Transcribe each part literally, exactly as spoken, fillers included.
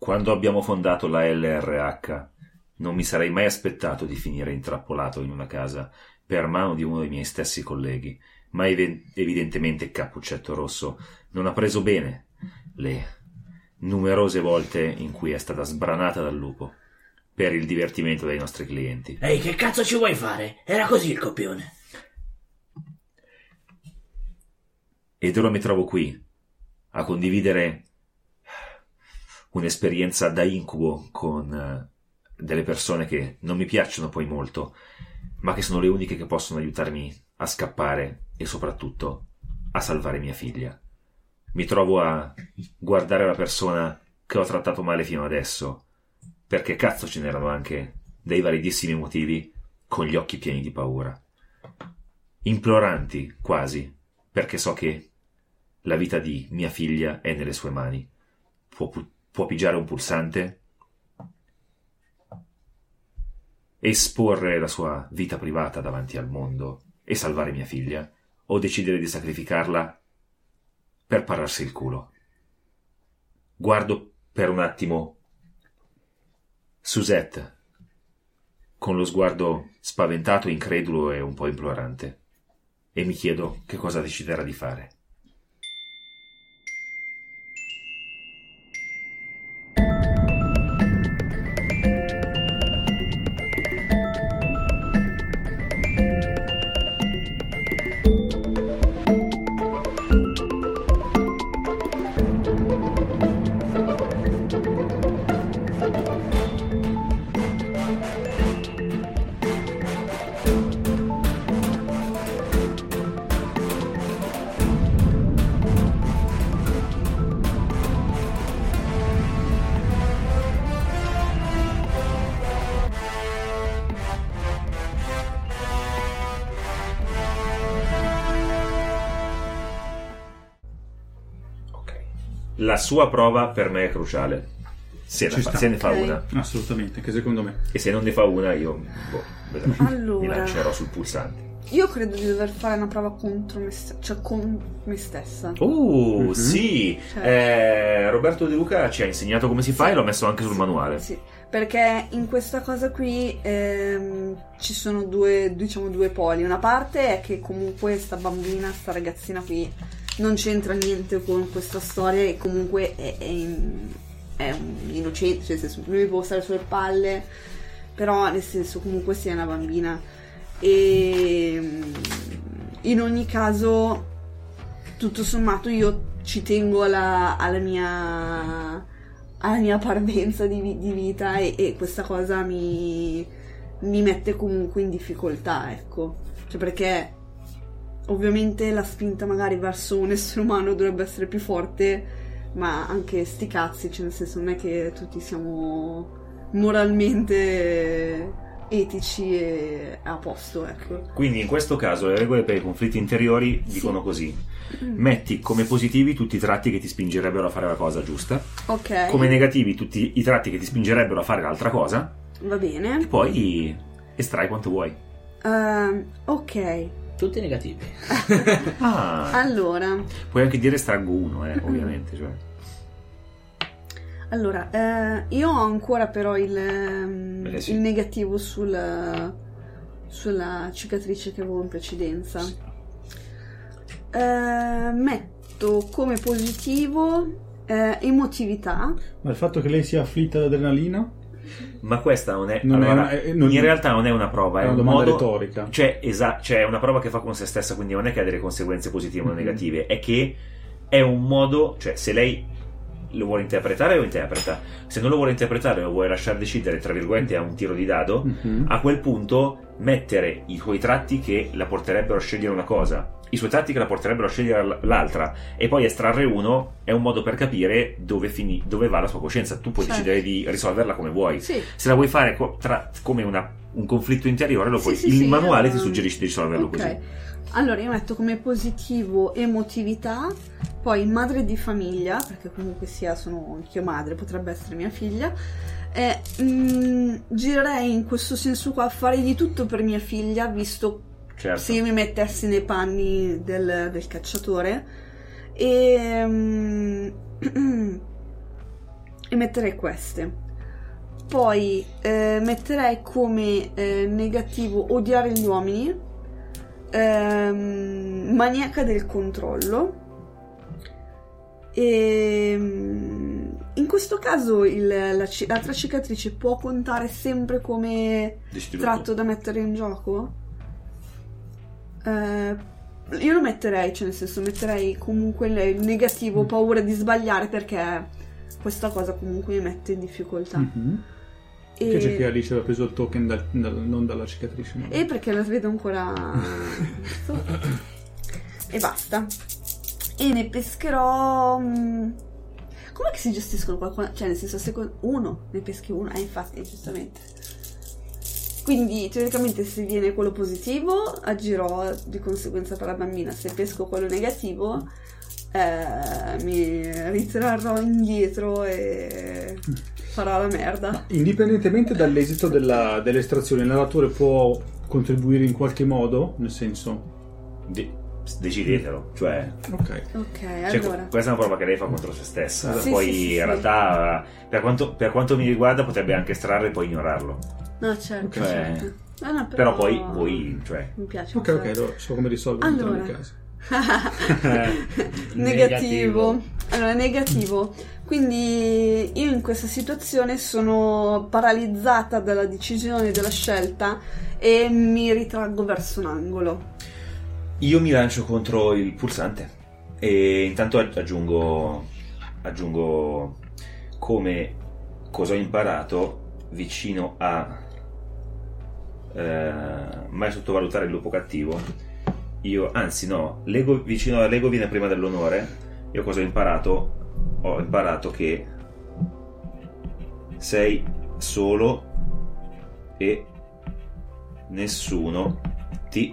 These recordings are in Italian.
Quando abbiamo fondato la L R H non mi sarei mai aspettato di finire intrappolato in una casa per mano di uno dei miei stessi colleghi, ma ev- evidentemente Cappuccetto Rosso non ha preso bene le numerose volte in cui è stata sbranata dal lupo per il divertimento dei nostri clienti. Ehi, che cazzo ci vuoi fare? Era così il copione. Ed ora mi trovo qui a condividere un'esperienza da incubo con uh, delle persone che non mi piacciono poi molto, ma che sono le uniche che possono aiutarmi a scappare e soprattutto a salvare mia figlia. Mi trovo a guardare la persona che ho trattato male fino adesso, perché cazzo ce n'erano anche dei validissimi motivi, con gli occhi pieni di paura. Imploranti, quasi, perché so che la vita di mia figlia è nelle sue mani. Può, può pigiare un pulsante, esporre la sua vita privata davanti al mondo e salvare mia figlia, o decidere di sacrificarla per pararsi il culo. Guardo per un attimo Suzette con lo sguardo spaventato, incredulo e un po' implorante, e mi chiedo che cosa deciderà di fare. La sua prova per me è cruciale. Se, fa, se ne fa okay. una. Assolutamente, che secondo me. E se non ne fa una, io boh, allora, mi lancerò sul pulsante. Io credo di dover fare una prova contro me stessa, cioè con me stessa. Uh, mm-hmm. sì. Cioè, eh, Roberto De Luca ci ha insegnato come si fa sì, e l'ho messo anche sul sì, manuale. Sì, perché in questa cosa qui ehm, ci sono due, diciamo, due poli. Una parte è che comunque sta bambina, sta ragazzina qui non c'entra niente con questa storia e comunque è, è, in, è un innocente, cioè nel senso, lui può stare sulle palle, però nel senso comunque sia una bambina. E in ogni caso tutto sommato io ci tengo alla, alla mia alla mia parvenza di, di vita e, e questa cosa mi, mi mette comunque in difficoltà, ecco, cioè perché ovviamente la spinta magari verso un essere umano dovrebbe essere più forte, ma anche sti cazzi, cioè nel senso non è che tutti siamo moralmente etici e a posto, ecco. Quindi in questo caso le regole per i conflitti interiori sì. dicono così: metti come positivi tutti i tratti che ti spingerebbero a fare la cosa giusta, ok, come negativi tutti i tratti che ti spingerebbero a fare l'altra cosa, va bene, e poi estrai quanto vuoi. Uh, ok, tutti negativi. Ah, allora puoi anche dire estraggo uno, eh, ovviamente, cioè. Allora, eh, io ho ancora però il, Beh, sì. il negativo sul, sulla cicatrice che avevo in precedenza. Sì. Eh, metto come positivo eh, emotività. Ma il fatto che lei sia afflitta da adrenalina? Ma questa non è, non allora, è una, eh, non, in realtà non è una prova, è, è una un domanda modo, retorica. Cioè, esatto, cioè è una prova che fa con se stessa, quindi non è che ha delle conseguenze positive o negative, è che è un modo, cioè se lei lo vuole interpretare lo interpreta, se non lo vuole interpretare lo vuole lasciare decidere tra virgolette a un tiro di dado, mm-hmm. a quel punto mettere i suoi tratti che la porterebbero a scegliere una cosa, i suoi tratti che la porterebbero a scegliere l'altra, e poi estrarre uno è un modo per capire dove, fini, dove va la sua coscienza. Tu puoi certo. decidere di risolverla come vuoi, sì. se la vuoi fare co- tra, come una, un conflitto interiore lo sì, puoi, sì, il sì, manuale io... ti suggerisce di risolverlo okay. così. Allora io metto come positivo emotività, poi madre di famiglia, perché comunque sia sono anch'io madre, potrebbe essere mia figlia, e mh, girerei in questo senso qua, farei di tutto per mia figlia, visto certo. se io mi mettessi nei panni del, del cacciatore, e mh, e metterei queste. Poi eh, metterei come eh, negativo odiare gli uomini, ehm, maniaca del controllo. E in questo caso il, la, l'altra cicatrice può contare sempre come tratto da mettere in gioco? Eh, io lo metterei, cioè nel senso metterei comunque il negativo, paura di sbagliare, perché questa cosa comunque mi mette in difficoltà. Mm-hmm. E... Che c'è che Alice aveva preso il token dal, dal, non dalla cicatrice. No? E perché la vedo ancora... E basta. E ne pescherò... Com'è che si gestiscono qualcuno? Cioè nel senso, secondo... uno, ne peschi uno. Eh infatti, giustamente. Quindi teoricamente se viene quello positivo agirò di conseguenza per la bambina. Se pesco quello negativo eh, mi ritrarrò indietro e farò la merda. Indipendentemente dall'esito della, dell'estrazione, il narratore può contribuire in qualche modo? Nel senso... De- decidetelo, cioè, ok, ok, cioè, allora questa è una prova che lei fa contro se stessa. sì, poi sì, sì, in sì. realtà per quanto, per quanto mi riguarda potrebbe anche estrarre e poi ignorarlo, no certo, Ok. certo. No, no, però poi voi, cioè, mi piace ok, ok, allora so come risolvere Allora. entrambi i casi. negativo. Allora, negativo. Quindi io in questa situazione sono paralizzata dalla decisione, della scelta, e mi ritraggo verso un angolo. io mi lancio contro il pulsante e intanto aggiungo aggiungo come cosa ho imparato vicino a eh, mai sottovalutare il lupo cattivo. Io, anzi no, l'ego, vicino all'ego viene prima dell'onore. Io cosa ho imparato? Ho imparato che sei solo e nessuno ti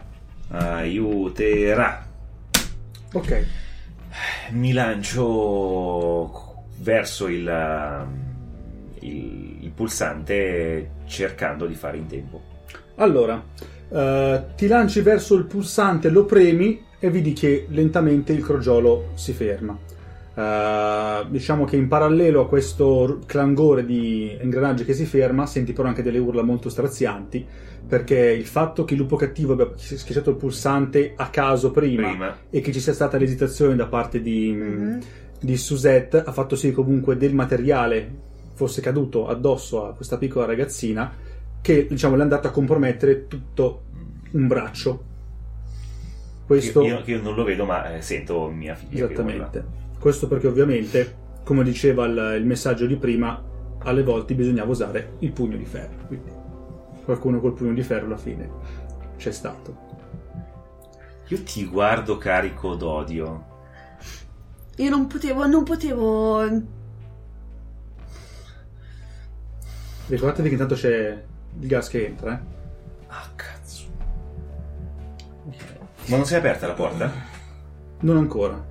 aiuterà. Ok, Mi lancio verso il, il, il pulsante cercando di fare in tempo. allora eh, ti lanci verso il pulsante, lo premi e vedi che lentamente il crogiolo si ferma. Eh, diciamo che in parallelo a questo clangore di ingranaggi che si ferma, senti però anche delle urla molto strazianti, perché il fatto che il lupo cattivo abbia schiacciato il pulsante a caso prima, Prima. e che ci sia stata l'esitazione da parte di, Mhm. di Suzette ha fatto sì che comunque del materiale fosse caduto addosso a questa piccola ragazzina, che diciamo le è andata a compromettere tutto un braccio. Questo Io, io, che io non lo vedo, ma eh, sento mia figlia che urla. esattamente. Questo perché ovviamente, come diceva il, il messaggio di prima, alle volte bisognava usare il pugno di ferro. Quindi qualcuno col pugno di ferro alla fine c'è stato. Io ti guardo carico d'odio. Io non potevo, non potevo. Ricordatevi che intanto c'è il gas che entra, eh? Ah, cazzo. Ma non si è aperta la porta? Non ancora.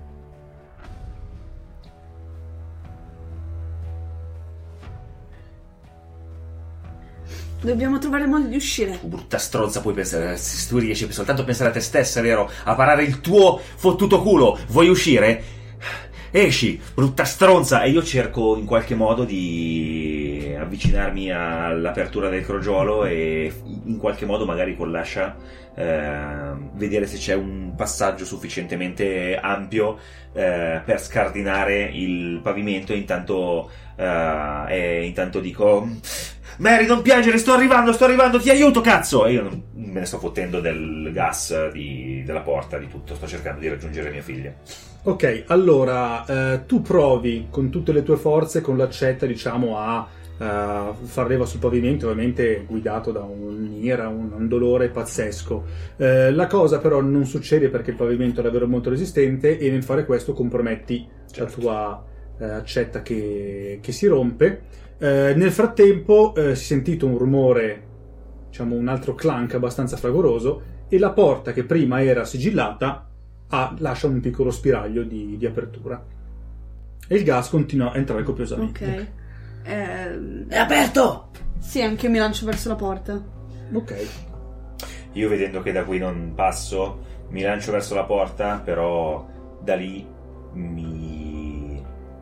Dobbiamo trovare modo di uscire. Tu brutta stronza, puoi pensare, se tu riesci soltanto a pensare a te stessa, vero? A parare il tuo fottuto culo. Vuoi uscire? Esci, brutta stronza. E io cerco in qualche modo di avvicinarmi all'apertura del crogiolo e in qualche modo magari con l'ascia eh, vedere se c'è un passaggio sufficientemente ampio eh, per scardinare il pavimento. E intanto eh, e intanto dico: Mary, non piangere, sto arrivando, sto arrivando, ti aiuto, cazzo! E io non me ne sto fottendo del gas di, della porta, di tutto. Sto cercando di raggiungere mia figlia. Ok, allora eh, tu provi con tutte le tue forze, con l'accetta, diciamo, a eh, far leva sul pavimento, ovviamente guidato da un'ira, un, un dolore pazzesco. Eh, la cosa però non succede perché il pavimento è davvero molto resistente e nel fare questo comprometti la tua eh, accetta che, che si rompe. Eh, nel frattempo eh, si è sentito un rumore, diciamo un altro clank abbastanza fragoroso, e la porta che prima era sigillata Ah, lascia un piccolo spiraglio di, di apertura e il gas continua a entrare copiosamente. Ok. Ehm, È aperto! sì, anche io mi lancio verso la porta. Ok, Io, vedendo che da qui non passo, mi lancio verso la porta, però da lì mi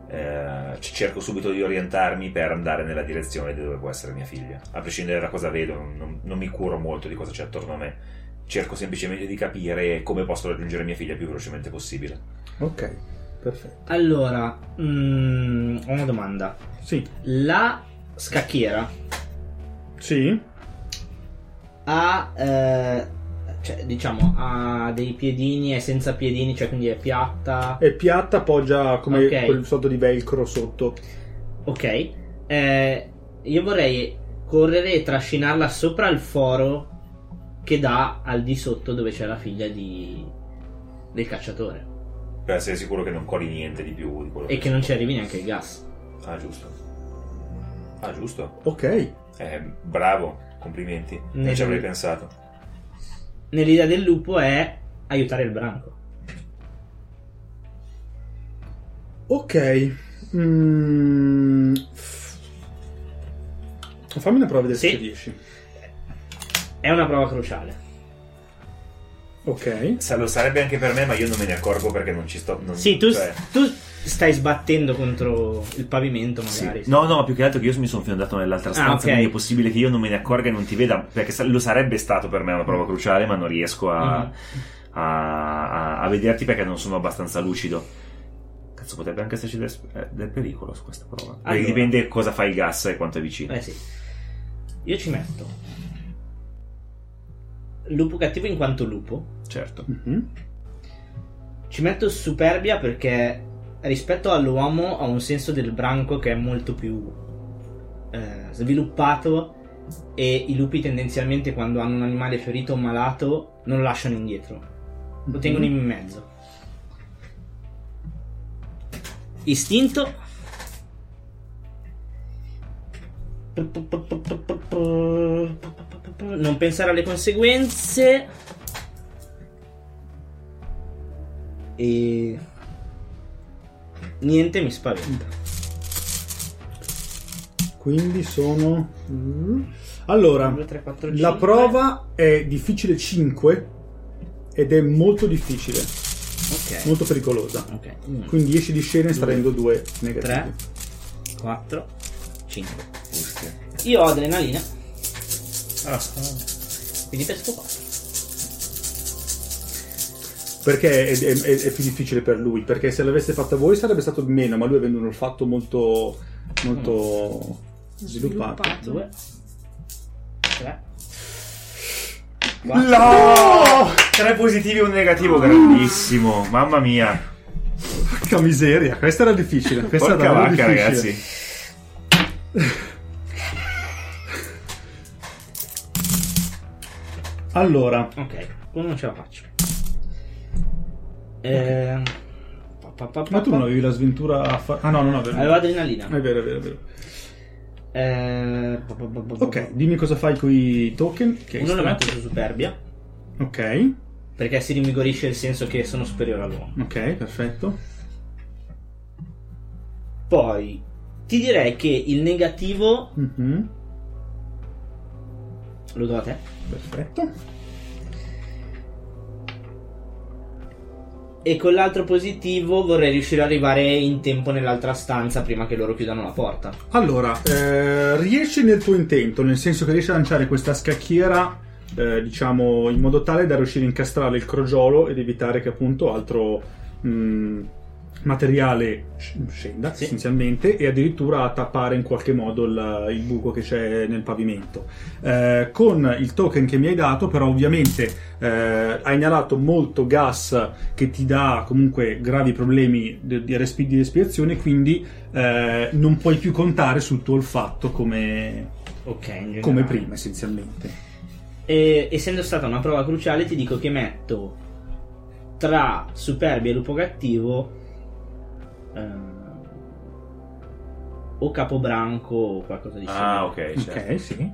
eh, cerco subito di orientarmi per andare nella direzione di dove può essere mia figlia. A prescindere da cosa vedo, non, non mi curo molto di cosa c'è attorno a me. Cerco semplicemente di capire come posso raggiungere mia figlia il più velocemente possibile. Ok, perfetto. Allora, mm, ho una domanda. Sì. La scacchiera Sì. ha, eh, cioè, diciamo, ha dei piedini, è senza piedini, cioè quindi è piatta. È piatta, appoggia come Ok. quel sotto di velcro sotto. Ok. Eh, io vorrei correre e trascinarla sopra il foro che dà al di sotto dove c'è la figlia di del cacciatore. Per essere sicuro che non coli niente di più di quello E che non ci arrivi neanche il gas. Ah, giusto. Ah, giusto. Ok. Eh, bravo, complimenti. Non Nel- ci avrei pensato. Nell'idea del lupo è aiutare il branco. Ok. Mm. Fammi una prova di Sì. se riesci. È una prova cruciale. Ok. Sa- Lo sarebbe anche per me, ma io non me ne accorgo perché non ci sto. Non, Sì, tu, cioè- tu stai sbattendo contro il pavimento, Sì. magari. No, no, ma più che altro che io mi sono fiondato nell'altra stanza, Ah, ok. quindi è possibile che io non me ne accorga e non ti veda, perché sa- lo sarebbe stato per me una prova cruciale, ma non riesco a, Mhm. a, a- a vederti perché non sono abbastanza lucido. Cazzo, potrebbe anche esserci del, eh, del pericolo su questa prova. Perché Allora. dipende cosa fa il gas e quanto è vicino. Eh sì. Io ci metto lupo cattivo in quanto lupo. Certo. Mhm. Ci metto superbia perché rispetto all'uomo ha un senso del branco che è molto più eh, sviluppato, e i lupi tendenzialmente quando hanno un animale ferito o malato non lo lasciano indietro, lo tengono in mezzo. Istinto. Non pensare alle conseguenze. E niente mi spaventa. Quindi sono. Mm. Allora, due, tre, quattro, la cinque. prova è difficile cinque ed è molto difficile, Ok. molto pericolosa. Ok. uno, Quindi esci di scena estraendo due tre, negativi. quattro, cinque. Ustia. Io ho adrenalina, Ah, quindi pesco qua. Perché è, è- è- è più difficile per lui? Perché se l'avesse fatta voi sarebbe stato meno, ma lui avendo un olfatto molto molto sviluppato. Due, tre, no! Tre positivi e un negativo, grandissimo. Mamma mia. Porca miseria, questa era difficile. Questa Porca era vacca, difficile. ragazzi. Allora, ok, uno non ce la faccio. Eh, pa, pa, pa, ma tu pa. non avevi la sventura a fare. Ah no, non avevo. Avevo adrenalina. È vero, è vero, è vero. Eh, pa, pa, pa, pa, pa. Ok, dimmi cosa fai con i token. Che hai Uno lo estratto. metto su superbia Ok, perché si rinvigorisce il senso che sono superiore all'uomo. ok, perfetto. Poi ti direi che il negativo Mhm, lo do a te. perfetto. E con l'altro positivo vorrei riuscire ad arrivare in tempo nell'altra stanza prima che loro chiudano la porta. Allora, eh, riesci nel tuo intento, nel senso che riesci a lanciare questa scacchiera, eh, diciamo, in modo tale da riuscire a incastrare il crogiolo ed evitare che appunto altro mh, materiale sc- scenda, Sì. essenzialmente, e addirittura a tappare in qualche modo il, il buco che c'è nel pavimento. Eh, con il token che mi hai dato, però, ovviamente eh, hai inalato molto gas che ti dà comunque gravi problemi di, di, respi- di respirazione, quindi eh, non puoi più contare sul tuo olfatto come, Ok, in generale. come prima, essenzialmente. E, essendo stata una prova cruciale, ti dico che metto tra superbia e lupo cattivo ehm, o capobranco o qualcosa di simile. Ah, ok, certo. Ok, sì.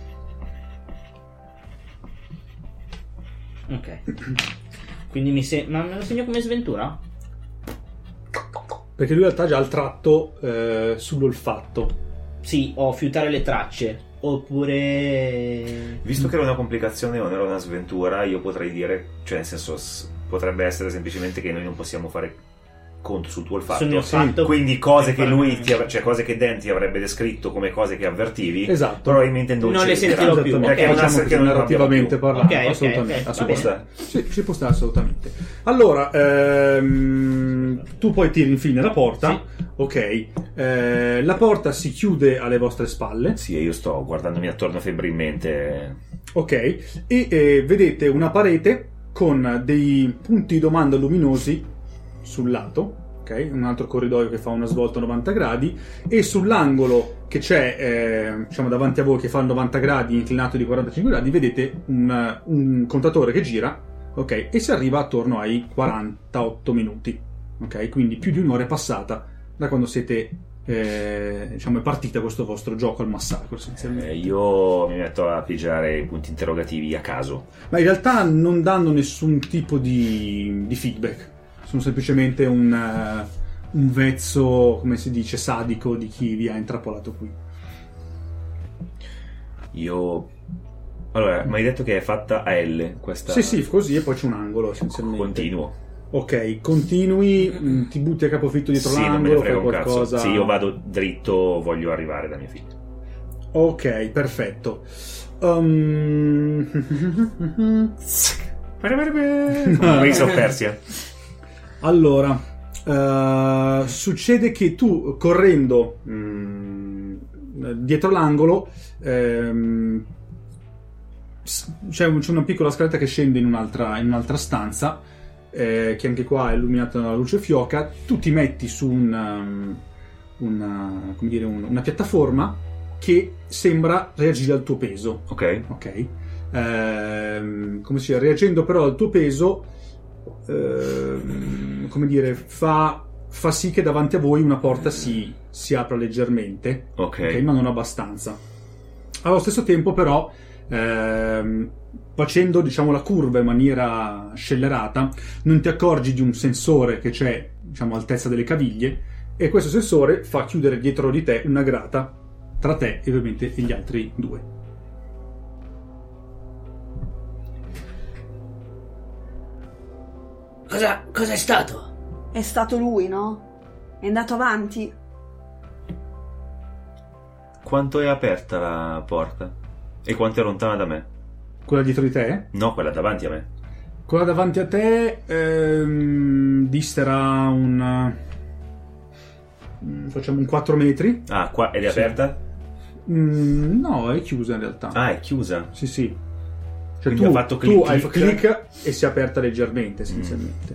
Ok. Quindi mi se... Ma me lo segno come sventura? Perché lui in realtà già ha il tratto eh, sull'olfatto. Sì, ho fiutare le tracce. Oppure... Visto che era una complicazione o non era una sventura, io potrei dire, cioè nel senso, s- potrebbe essere semplicemente che noi non possiamo fare conto sul tuo olfatto. Sul mio Sì. olfatto. Quindi cose che lui Sì. ti av- cioè cose che Dan ti avrebbe descritto come cose che avvertivi, Esatto. probabilmente non, Non ce le sentirò diranno. più. Esattamente, Perché è Ok, un diciamo asset così, che non narrativamente abbiamo parlando, Ok, ok, assolutamente, ok, va assolutamente. Sì, ci può stare assolutamente. Allora, ehm, tu poi tiri infine la porta. Ok, eh, la porta si chiude alle vostre spalle. più. Sì, io sto guardandomi attorno febbrilmente. Ok, e eh, vedete una parete con dei punti di domanda luminosi sul lato. Ok, un altro corridoio che fa una svolta a novanta gradi, e sull'angolo che c'è eh, diciamo davanti a voi, che fa novanta gradi inclinato di quarantacinque gradi, vedete un, un contatore che gira, ok, e si arriva attorno ai quarantotto minuti, ok, quindi più di un'ora è passata da quando siete eh, diciamo è partita questo vostro gioco al massacro essenzialmente. Eh, io mi metto a pigiare i punti interrogativi a caso. Ma in realtà non danno nessun tipo di, di feedback, sono semplicemente un, uh, un vezzo, come si dice, sadico di chi vi ha intrappolato qui. Io allora, mi hai detto che è fatta a L questa. Sì, sì, così, e poi c'è un angolo essenzialmente. Continuo. Ok, continui, mh, ti butti a capofitto dietro Sì, non me ne l'angolo, frega fai un cazzo. qualcosa. Sì, io vado dritto, voglio arrivare da mia figlia. Ok, perfetto. Um... Prince of Persia. Allora, eh, succede che tu, correndo mh, dietro l'angolo, ehm, s- c'è, c'è una piccola scaletta che scende in un'altra, in un'altra stanza, eh, che anche qua è illuminata dalla luce fioca. Tu ti metti su un, um, una, come dire, un- una piattaforma che sembra reagire al tuo peso. Ok. Ok, Ehm, come si dice, reagendo però al tuo peso, ehm, come dire, fa, fa sì che davanti a voi una porta si, si apra leggermente, Ok. ok, ma non abbastanza. Allo stesso tempo, però, ehm, facendo diciamo la curva in maniera scellerata, non ti accorgi di un sensore che c'è, diciamo, all'altezza delle caviglie, e questo sensore fa chiudere dietro di te una grata tra te e ovviamente gli altri due. Cosa, cosa è stato? È stato lui, no? È andato avanti. Quanto è aperta la porta? E quanto è lontana da me? Quella dietro di te? No, quella davanti a me. Quella davanti a te ehm, disterà un... mm, facciamo un quattro metri. Ah, qua ed è Sì. aperta? Mm, no, è chiusa in realtà. Ah, è chiusa. Sì, sì. Cioè Quindi tu, ha fatto tu clic, hai clic. clic e si è aperta leggermente essenzialmente.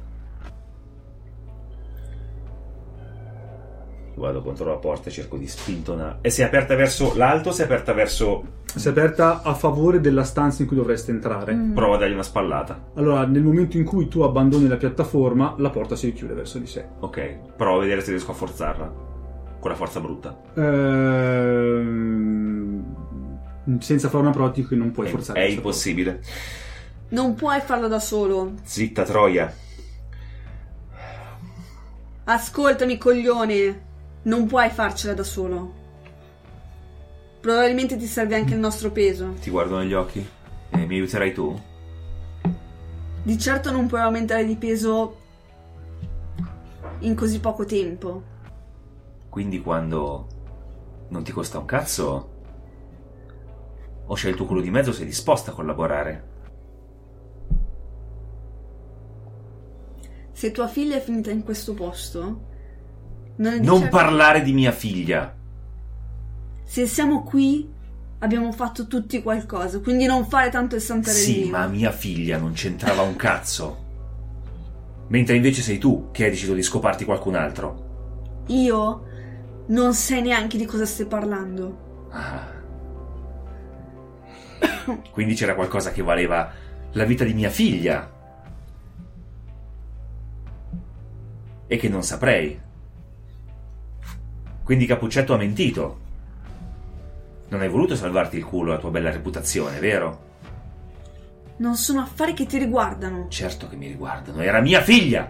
Vado contro la porta e cerco di spintonare. E si è aperta verso l'alto o si è aperta verso... Si è aperta a favore della stanza in cui dovreste entrare. Mm. Provo a dargli una spallata. Allora, nel momento in cui tu abbandoni la piattaforma, la porta si richiude verso di sé. Ok, provo a vedere se riesco a forzarla. Con la forza brutta. Ehm, senza fare una prova dico che non puoi È, forzare. è questa impossibile. Non puoi farlo da solo. Zitta, troia. Ascoltami, coglione. Non puoi farcela da solo. Probabilmente ti serve anche il nostro peso. Ti guardo negli occhi. E mi aiuterai tu? Di certo non puoi aumentare di peso in così poco tempo. Quindi quando non ti costa un cazzo, o c'è il tuo culo di mezzo, sei disposta a collaborare. Se tua figlia è finita in questo posto, non è di Non certo- parlare di mia figlia. Se siamo qui, abbiamo fatto tutti qualcosa, quindi non fare tanto il Sì, santarellino. ma mia figlia non c'entrava un cazzo. Mentre invece sei tu che hai deciso di scoparti qualcun altro. Io non sai neanche di cosa stai parlando. Ah. Quindi c'era qualcosa che valeva la vita di mia figlia. E che non saprei. Quindi Cappuccetto ha mentito. Non hai voluto salvarti il culo e la tua bella reputazione, vero? Non sono affari che ti riguardano. Certo che mi riguardano, era mia figlia!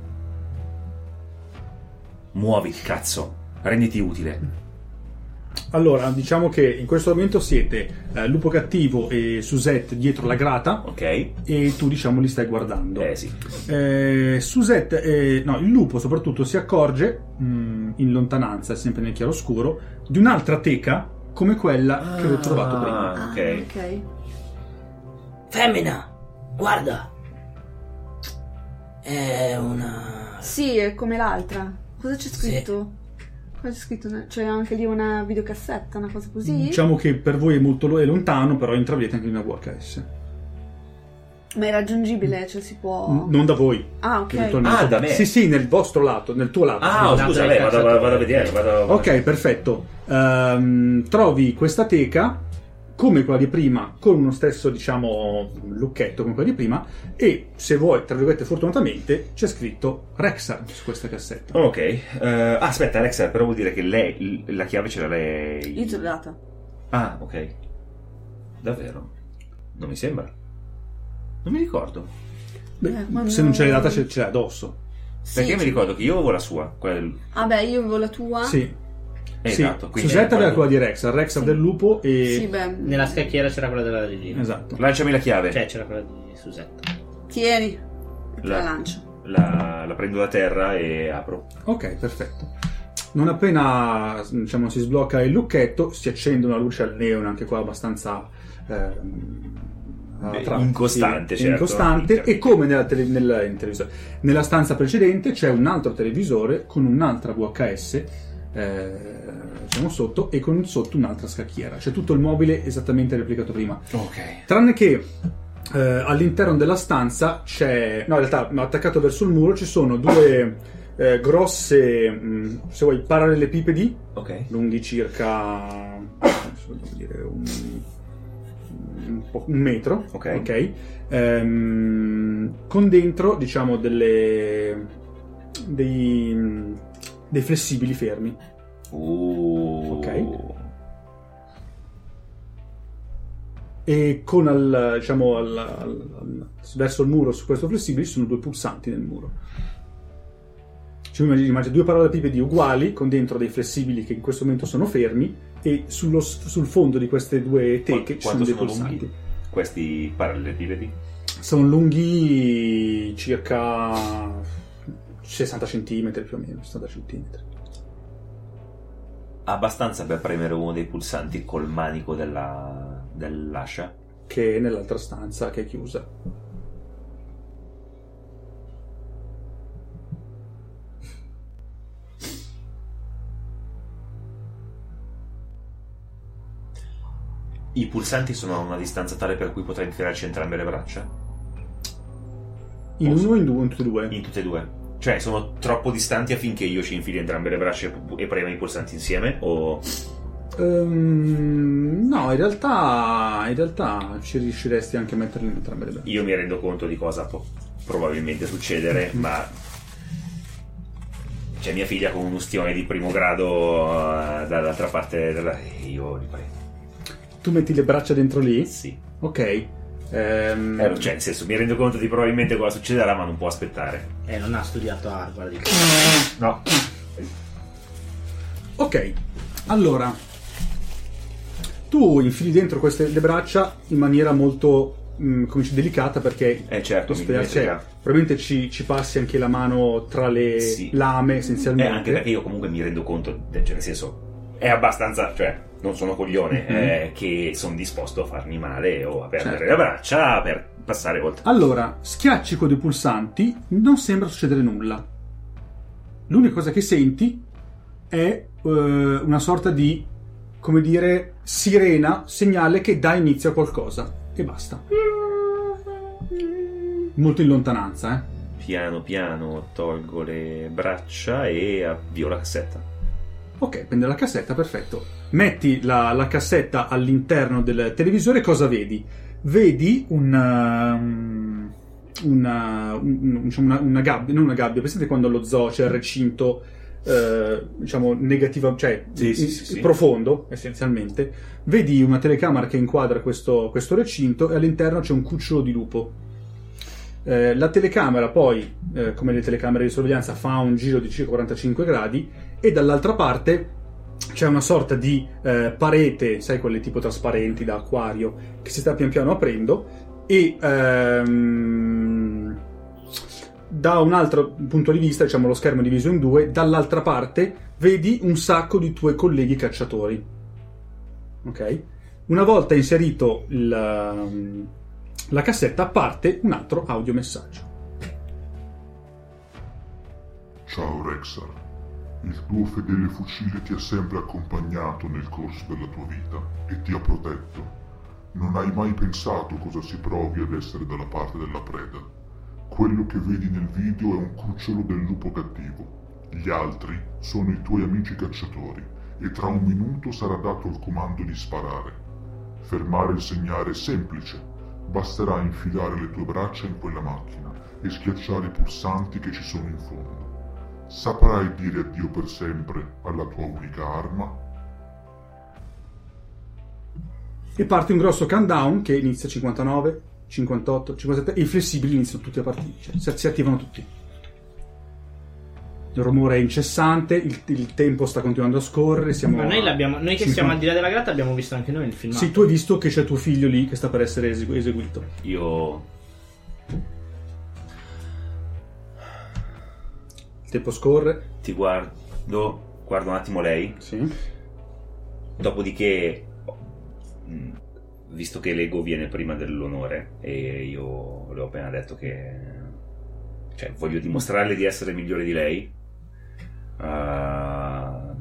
Muoviti, cazzo, renditi utile. Allora, diciamo che in questo momento siete eh, Lupo Cattivo e Suzette dietro la grata. Ok. E tu, diciamo, li stai guardando. Eh sì. Eh, Suzette, eh, no, il lupo soprattutto si accorge, mh, in lontananza, sempre nel chiaroscuro, di un'altra teca come quella che avevo trovato prima. Ah, Ah, ok. ok. Femmina, guarda. È una... Sì, è come l'altra. Cosa c'è Sì. scritto? Cosa c'è scritto? C'è anche lì una videocassetta, una cosa così? Diciamo che per voi è molto lo- è lontano, però intravedete anche una V H S. Ma è raggiungibile, cioè si può... N- Non da voi. Ah, ok. eventualmente. Ah, da me? Sì, sì, nel vostro lato, nel tuo lato. Ah, No, scusa, no, beh, no, vado, no, vado, no. vado a vedere. Vado... Ok, perfetto. Ehm, trovi questa teca come quella di prima, con uno stesso, diciamo, lucchetto come quella di prima, e se vuoi, tra virgolette, fortunatamente, c'è scritto Rexar su questa cassetta. Ok. Eh, ah, aspetta, Alexa, però vuol dire che lei, la chiave ce l'ha lei. Io te l'ho data. Ah, ok. Davvero? Non mi sembra. Non mi ricordo. Beh, Eh, quando- se non ce l'hai data, ce ce l'hai addosso. Sì, Perché mi sì. ricordo che io avevo la sua. Quel... Ah beh, io avevo la tua. Sì. Eh, Sì. esatto. quindi Suzette è aveva quando- quella di Rexar, Rexar Sì. del lupo e... Sì, beh. Nella scacchiera c'era quella della regina. Esatto. Lanciami la chiave. Cioè c'era quella di Susetta. Tieni. Te la La- lancio. La, la prendo da terra e apro. Ok, perfetto. Non appena, diciamo, si sblocca il lucchetto, si accende una luce al neon, anche qua abbastanza ehm, a Beh, tratti, incostante, sì, certo. incostante, e come nella, tele- nella- in televisore. Nella stanza precedente c'è un altro televisore con un'altra V H S, eh, diciamo sotto, e con sotto un'altra scacchiera. C'è tutto il mobile esattamente replicato prima. Ok. Tranne che eh, all'interno della stanza c'è, no, in realtà attaccato verso il muro ci sono due eh, grosse, mh, se vuoi, parallelepipedi, Ok. lunghi circa, adesso devo dire, un, un, po', un metro, Ok. Ehm, con dentro, diciamo, delle dei, dei flessibili fermi. Uh. Ok. E con al, diciamo al, al- al- verso il muro, su questo flessibile, ci sono due pulsanti nel muro. Cioè, immagini, immagini due parallelepipedi uguali con dentro dei flessibili che in questo momento sono fermi, e sullo, sul fondo di queste due teche ci sono Quanto dei sono pulsanti. lunghi questi parallelepipedi? Sono lunghi circa sessanta centimetri più o meno, sessanta centimetri. Abbastanza per premere uno dei pulsanti col manico della, dell'ascia. Che è nell'altra stanza che è chiusa. I pulsanti sono a una distanza tale per cui potrei infilarci entrambe le braccia? In Posso- uno o in due? In tutti e due? In tutte e due? Cioè, sono troppo distanti affinché io ci infili entrambe le braccia e prema i pulsanti insieme? O... Ehm, no, in realtà, in realtà ci riusciresti anche a metterli in entrambe le braccia. Io mi rendo conto di cosa può probabilmente succedere, ma... C'è mia figlia con un ustione di primo grado eh, dall'altra parte della... Io li prendo. Tu metti le braccia dentro lì? Sì. Ok. Ehm, Eh, cioè, nel senso, mi rendo conto di probabilmente cosa succederà, ma non può aspettare. Eh, non ha studiato Harvard. dico. No. Ok. Allora, tu infili dentro queste le braccia in maniera molto, mh, come dici, delicata, perché Eh certo, lo mi spia- mi cioè, frega. probabilmente ci, ci passi anche la mano tra le Sì. lame, Eh, essenzialmente. anche perché io comunque mi rendo conto, cioè nel senso, è abbastanza, cioè, non sono coglione, Mhm. eh, che sono disposto a farmi male o a perdere Certo. le braccia per passare oltre. Allora, schiacci con dei pulsanti, non sembra succedere nulla. L'unica cosa che senti è eh, una sorta di, come dire, sirena, segnale che dà inizio a qualcosa. E basta. Molto in lontananza, eh. Piano piano tolgo le braccia e avvio la cassetta. Ok, prende la cassetta, perfetto. Metti la, la cassetta all'interno del televisore, cosa vedi? Vedi una, una, un- diciamo una, una gabbia, non una gabbia, pensate quando allo zoo c'è il recinto, eh, diciamo, negativo, cioè Sì, sì, in- sì, sì. profondo, essenzialmente. Vedi una telecamera che inquadra questo, questo recinto e all'interno c'è un cucciolo di lupo. Eh, la telecamera poi, eh, come le telecamere di sorveglianza, fa un giro di circa quarantacinque gradi e dall'altra parte c'è una sorta di eh, parete, sai, quelle tipo trasparenti da acquario, che si sta pian piano aprendo, e ehm, da un altro punto di vista, diciamo lo schermo è diviso in due, dall'altra parte vedi un sacco di tuoi colleghi cacciatori. Ok? Una volta inserito il, la cassetta, parte un altro audiomessaggio. Ciao Rexar, il tuo fedele fucile ti ha sempre accompagnato nel corso della tua vita e ti ha protetto. Non hai mai pensato cosa si provi ad essere dalla parte della preda. Quello che vedi nel video è un cucciolo del lupo cattivo. Gli altri sono i tuoi amici cacciatori e tra un minuto sarà dato il comando di sparare. Fermare il segnale è semplice. Basterà infilare le tue braccia in quella macchina e schiacciare i pulsanti che ci sono in fondo. Saprai dire addio per sempre alla tua unica arma? E parte un grosso countdown che inizia cinquantanove, cinquantotto, cinquantasette, e i flessibili iniziano tutti a partire, cioè si attivano tutti. Il rumore è incessante, il, il tempo sta continuando a scorrere. Siamo Ma noi, l'abbiamo, noi che cinquanta... siamo al di là della grata abbiamo visto anche noi il filmato. Sì, tu hai visto che c'è tuo figlio lì che sta per essere esegu- eseguito. Io... Il tempo scorre. ti guardo, guardo un attimo lei, Sì. dopodiché, mh, visto che l'ego viene prima dell'onore e io le ho appena detto che, cioè, voglio dimostrarle di essere migliore di lei, uh,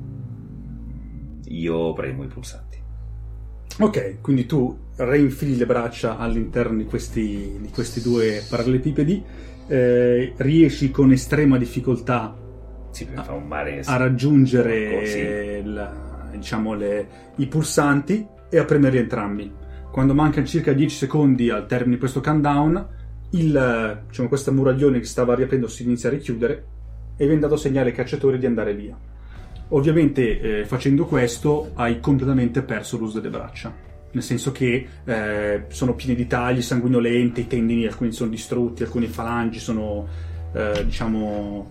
io premo i pulsanti. Ok, quindi tu reinfili le braccia all'interno di questi, di questi due parallelepipedi, eh, riesci con estrema difficoltà Sì, mi fa un male a raggiungere porco, sì. il, diciamo le, i pulsanti e a premerli entrambi. Quando mancano circa dieci secondi al termine di questo countdown, il, diciamo, questo muraglione che stava riaprendo si inizia a richiudere e viene dato segnale ai cacciatori di andare via. Ovviamente eh, facendo questo hai completamente perso l'uso delle braccia, nel senso che eh, sono pieni di tagli sanguinolenti, i tendini alcuni sono distrutti, alcune falangi sono eh, diciamo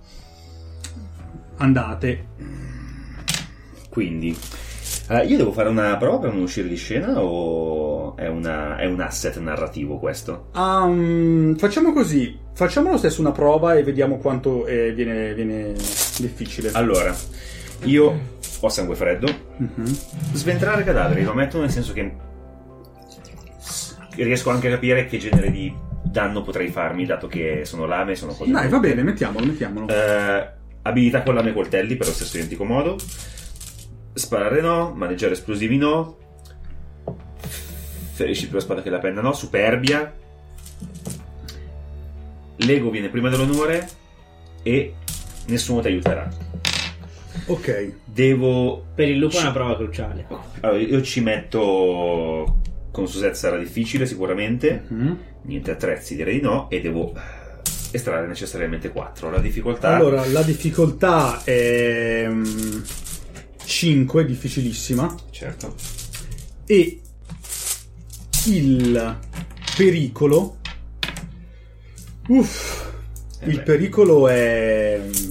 andate. Quindi uh, io devo fare una prova per non uscire di scena o è, una, è un asset narrativo questo? Um, facciamo così, facciamo lo stesso una prova e vediamo quanto eh, viene, viene difficile. Allora, io ho sangue freddo. Mm-hmm. Sventrare cadaveri lo metto, nel senso che riesco anche a capire che genere di danno potrei farmi, dato che sono lame, sono cose. Dai, va bene, mettiamolo, mettiamolo. Eh, abilità con lame e coltelli per lo stesso identico modo. Sparare no, maneggiare esplosivi no. Ferisci più la spada che la penna no. Superbia. L'ego viene prima dell'onore e nessuno ti aiuterà. Ok. Devo... Per il lupo ci... è una prova cruciale. Allora, io ci metto... Con Suzette sarà difficile sicuramente. Mm-hmm. Niente attrezzi, direi di no. E devo estrarre necessariamente quattro. La difficoltà... Allora, la difficoltà è um, cinque, difficilissima. Certo. E il pericolo... Uff, Eh il beh. pericolo è... um,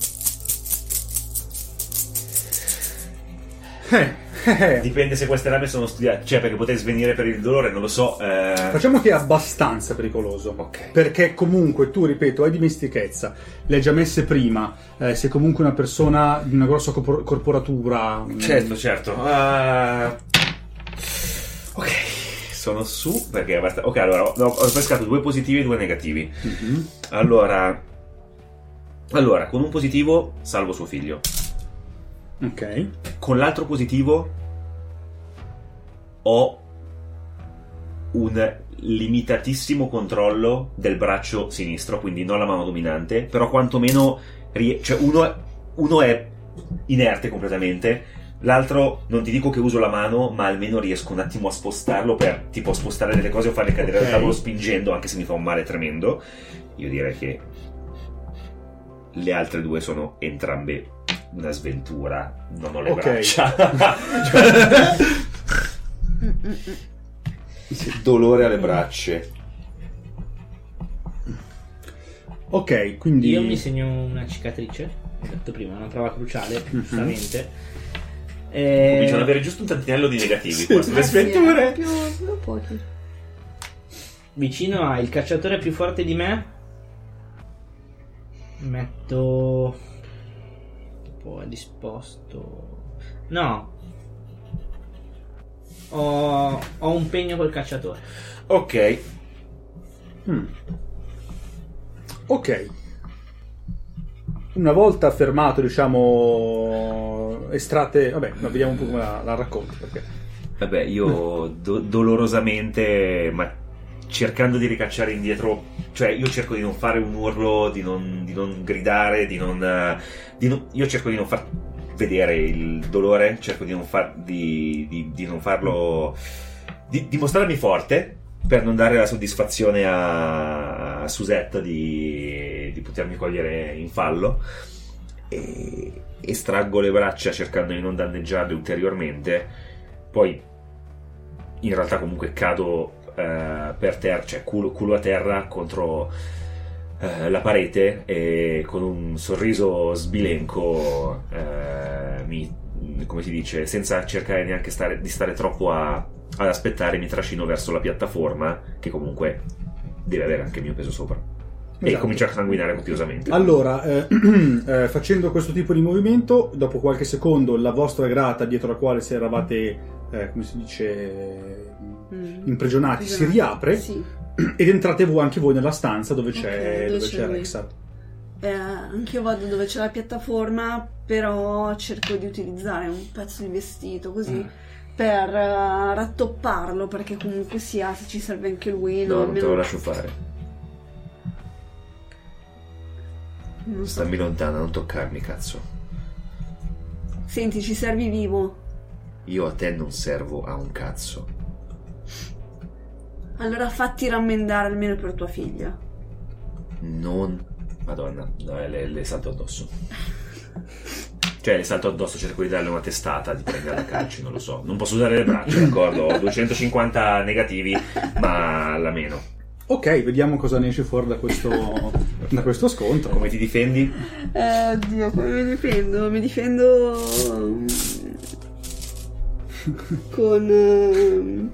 Eh, eh, eh. Dipende se queste lame sono studiate. Cioè, perché potrei svenire per il dolore, non lo so. Eh... Facciamo che è abbastanza pericoloso. Ok. Perché comunque tu, ripeto, hai dimestichezza, le hai già messe prima, eh, sei comunque una persona di una grossa corpor- corporatura. Certo, certo. Uh... Ok, sono su perché è abbastanza... Ok, allora, ho, ho pescato due positivi e due negativi. Mm-hmm. Allora... Allora, con un positivo salvo suo figlio. Ok. Con l'altro positivo ho un limitatissimo controllo del braccio sinistro, quindi non la mano dominante, però quantomeno rie- cioè uno è, uno è inerte completamente, l'altro non ti dico che uso la mano, ma almeno riesco un attimo a spostarlo per tipo spostare delle cose o farle cadere Ok. dal tavolo spingendo, anche se mi fa un male tremendo. Io direi che le altre due sono entrambe una sventura, non ho le Ok. braccia. Dolore alle braccia. Ok, quindi... Io mi segno una cicatrice, ho detto prima, una prova cruciale, giustamente. Eh, Cominciano ad avere giusto un tantinello di negativi Sì. qua sulle Eh sì, sventure. eh, più, più pochi. vicino al cacciatore più forte di me metto tipo è disposto. No. Ho, ho un pegno col cacciatore. Ok. Mm. Ok. Una volta fermato, diciamo, estratte... Vabbè, no, vediamo un po' come la, la racconti, perché... Vabbè, io do- dolorosamente, ma cercando di ricacciare indietro, cioè io cerco di non fare un urlo, di non, di non gridare, di non, eh, di non- io cerco di non far vedere il dolore, cerco di non, far, di, di, di non farlo, di, di mostrarmi forte per non dare la soddisfazione a, a Susette di, di potermi cogliere in fallo, e estraggo le braccia cercando di non danneggiarle ulteriormente. Poi in realtà comunque cado eh, per terra, cioè culo, culo a terra contro eh, la parete, e con un sorriso sbilenco eh, mi, come si dice, senza cercare neanche stare, di stare troppo a, ad aspettare, mi trascino verso la piattaforma, che comunque deve avere anche il mio peso sopra. E Esatto. comincia a sanguinare copiosamente. Allora, eh, eh, facendo questo tipo di movimento, dopo qualche secondo la vostra grata dietro la quale se eravate, eh, come si dice, Mm. imprigionati, si Imprigionati, riapre Sì. ed entrate voi anche voi nella stanza dove c'è, Ok, dove dove c'è c'è lui. Rexar. Eh, anche io vado dove c'è la piattaforma, però cerco di utilizzare un pezzo di vestito così Mm. per eh, rattopparlo, perché comunque sia, se ci serve anche lui, No, no, non te almeno- lo lascio fare. non so. Stammi lontana, non toccarmi, cazzo. Senti, ci servi vivo. Io a te non servo a un cazzo. Allora fatti rammendare almeno per tua figlia. Non... Madonna, no, eh, le, le salto addosso. Cioè, le salto addosso, cerco di darle una testata, di prenderla a calci, non lo so. Non posso usare le braccia, d'accordo? Ho duecentocinquanta negativi, ma la meno. Ok, vediamo cosa ne esce fuori da questo, da questo scontro. Come ti difendi? Eh, oddio, come mi difendo? Mi difendo... mm, con... ehm,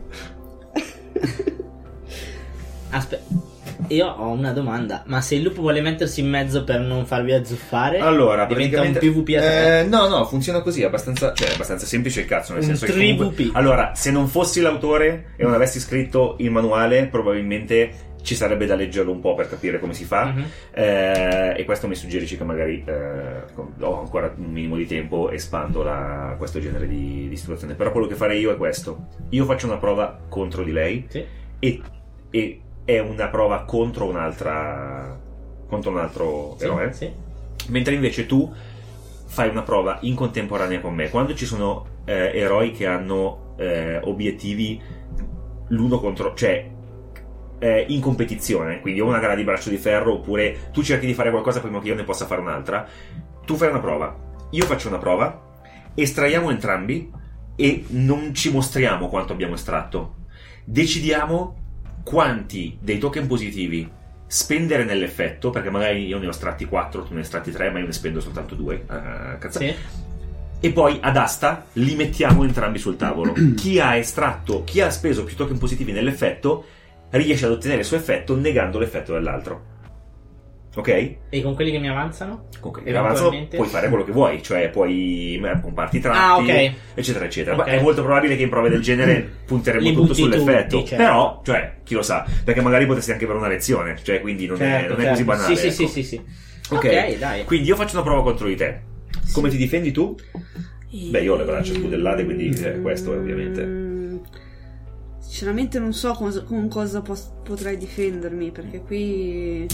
Aspetta, io ho una domanda. Ma se il lupo vuole mettersi in mezzo per non farvi azzuffare, Allora, diventa un praticamente- PvP a tre? Eh, no, no, funziona così, abbastanza, cioè, è abbastanza semplice il cazzo, nel Un senso che tre comunque- V P. Allora, se non fossi l'autore e non avessi scritto il manuale, probabilmente ci sarebbe da leggerlo un po' per capire come si fa. Mhm. Eh, e questo mi suggerisce che magari eh, ho ancora un minimo di tempo, espando la, questo genere di, di situazione. Però quello che farei io è questo: io faccio una prova contro di lei, Sì. e, e è una prova contro un'altra, contro un altro Sì, eroe, sì. mentre invece tu fai una prova in contemporanea con me. Quando ci sono eh, eroi che hanno eh, obiettivi l'uno contro, cioè eh, in competizione, quindi ho una gara di braccio di ferro, oppure tu cerchi di fare qualcosa prima che io ne possa fare un'altra, tu fai una prova, io faccio una prova, estraiamo entrambi e non ci mostriamo quanto abbiamo estratto, decidiamo quanti dei token positivi spendere nell'effetto, perché magari io ne ho estratti quattro, tu ne hai estratti tre, ma io ne spendo soltanto due, uh, cazzate. Sì. E poi ad asta li mettiamo entrambi sul tavolo. Chi ha estratto, chi ha speso più token positivi nell'effetto riesce ad ottenere il suo effetto negando l'effetto dell'altro. Ok? E con quelli che mi avanzano? Comunque, in avanzo Eventualmente? puoi fare quello che vuoi, cioè puoi eh, pomparti i tratti, Ah, ok. eccetera, eccetera. Ok. Ma è molto probabile che in prove del genere punteremo Li tutto butti sull'effetto. tutti, certo. Però, cioè, chi lo sa, perché magari potresti anche avere una lezione, cioè, quindi non, è, Certo, non è certo. così banale. Sì, sì, ecco. sì, sì, sì. Ok, Ok, dai. quindi io faccio una prova contro di te. Come ti difendi tu? Beh, io ho le braccia spudellate, quindi eh, questo è ovviamente. Mm, Sinceramente non so cosa- con cosa pos- potrei difendermi, perché qui...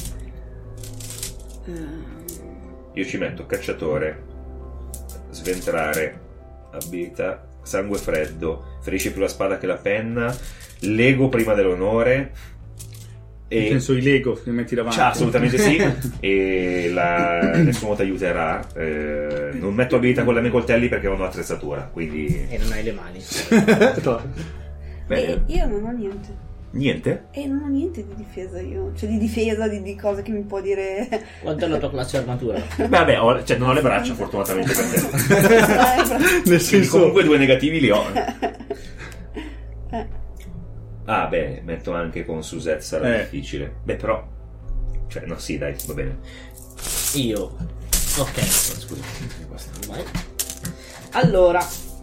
eh, Io ci metto cacciatore, sventrare, abilità, sangue freddo, ferisce più la spada che la penna, lego prima dell'onore. E Penso i Lego, li metti davanti. Cioè, assolutamente sì. E la... nessuno ti aiuterà. Eh, non metto abilità con le mie coltelli perché non ho attrezzatura. Quindi E non hai le mani. No. bene. e io non ho niente. Niente? E non ho niente di difesa io. Cioè di difesa, di, di cose che mi può dire. Quanto è la tua classe armatura? Beh, vabbè, ho- cioè, non ho le braccia fortunatamente per te. Nel Quindi senso, comunque due negativi li ho. Ah, beh, metto anche con Suzette, sarà Eh. difficile. Beh, però... Cioè, no, sì, dai, va bene. Io. Ok. Scusa, basta. Vai. Allora,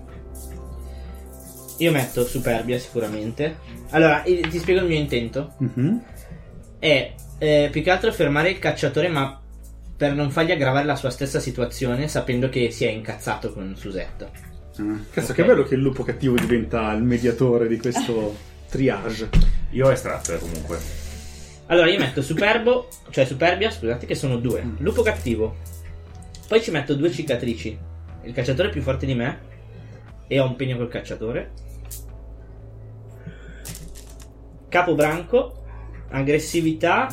io metto superbia sicuramente. Allora, eh, ti spiego il mio intento. Mhm. È eh, più che altro fermare il cacciatore, ma per non fargli aggravare la sua stessa situazione, sapendo che si è incazzato con Susette. Ah, cazzo, Ok. che bello che il lupo cattivo diventa il mediatore di questo triage. Io ho estratto, eh, comunque. Allora, io metto superbo, cioè superbia, scusate, che sono due. Lupo cattivo. Poi ci metto due cicatrici. Il cacciatore è più forte di me e ho un pegno col cacciatore. Capobranco, aggressività,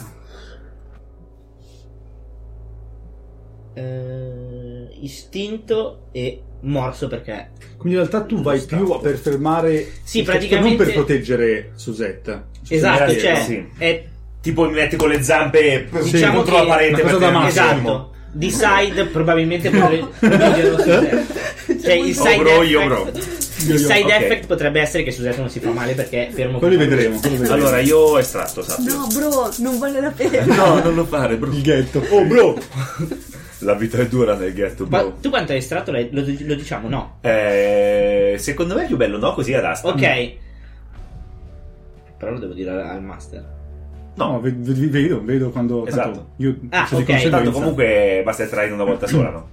eh, istinto e morso perché Quindi in realtà tu vai Stato. più per fermare... Sì, il- praticamente- non per proteggerere Susette. esatto, Sì, cioè sì. è Tipo mi metti con le zampe per- Diciamo contro che- la parete una cosa per da tenermi massimo. fermo. esatto. Di side probabilmente potrei proteggerlo Susette. Cioè il Oh, side bro, io, effect, bro. il side Ok. effect potrebbe essere che Susette non si fa male perché è fermo. Quello con- vedremo, quello vedremo. Allora, io ho estratto, sappio. No, bro, non vale la pena. No, non lo fare, bro. Il ghetto. Oh, bro! La vita è dura nel ghetto, Ma bro. tu quanto hai estratto? L'hai- Lo, lo diciamo, no? Eh, secondo me è più bello, no? Così ad asta. Ok. Però lo devo dire al, al master. No, No, ve- ve- vedo, vedo quando... Esatto. tanto io Ah, faccio di ok. conseguenza. tanto comunque basta entrare in una volta sola, no?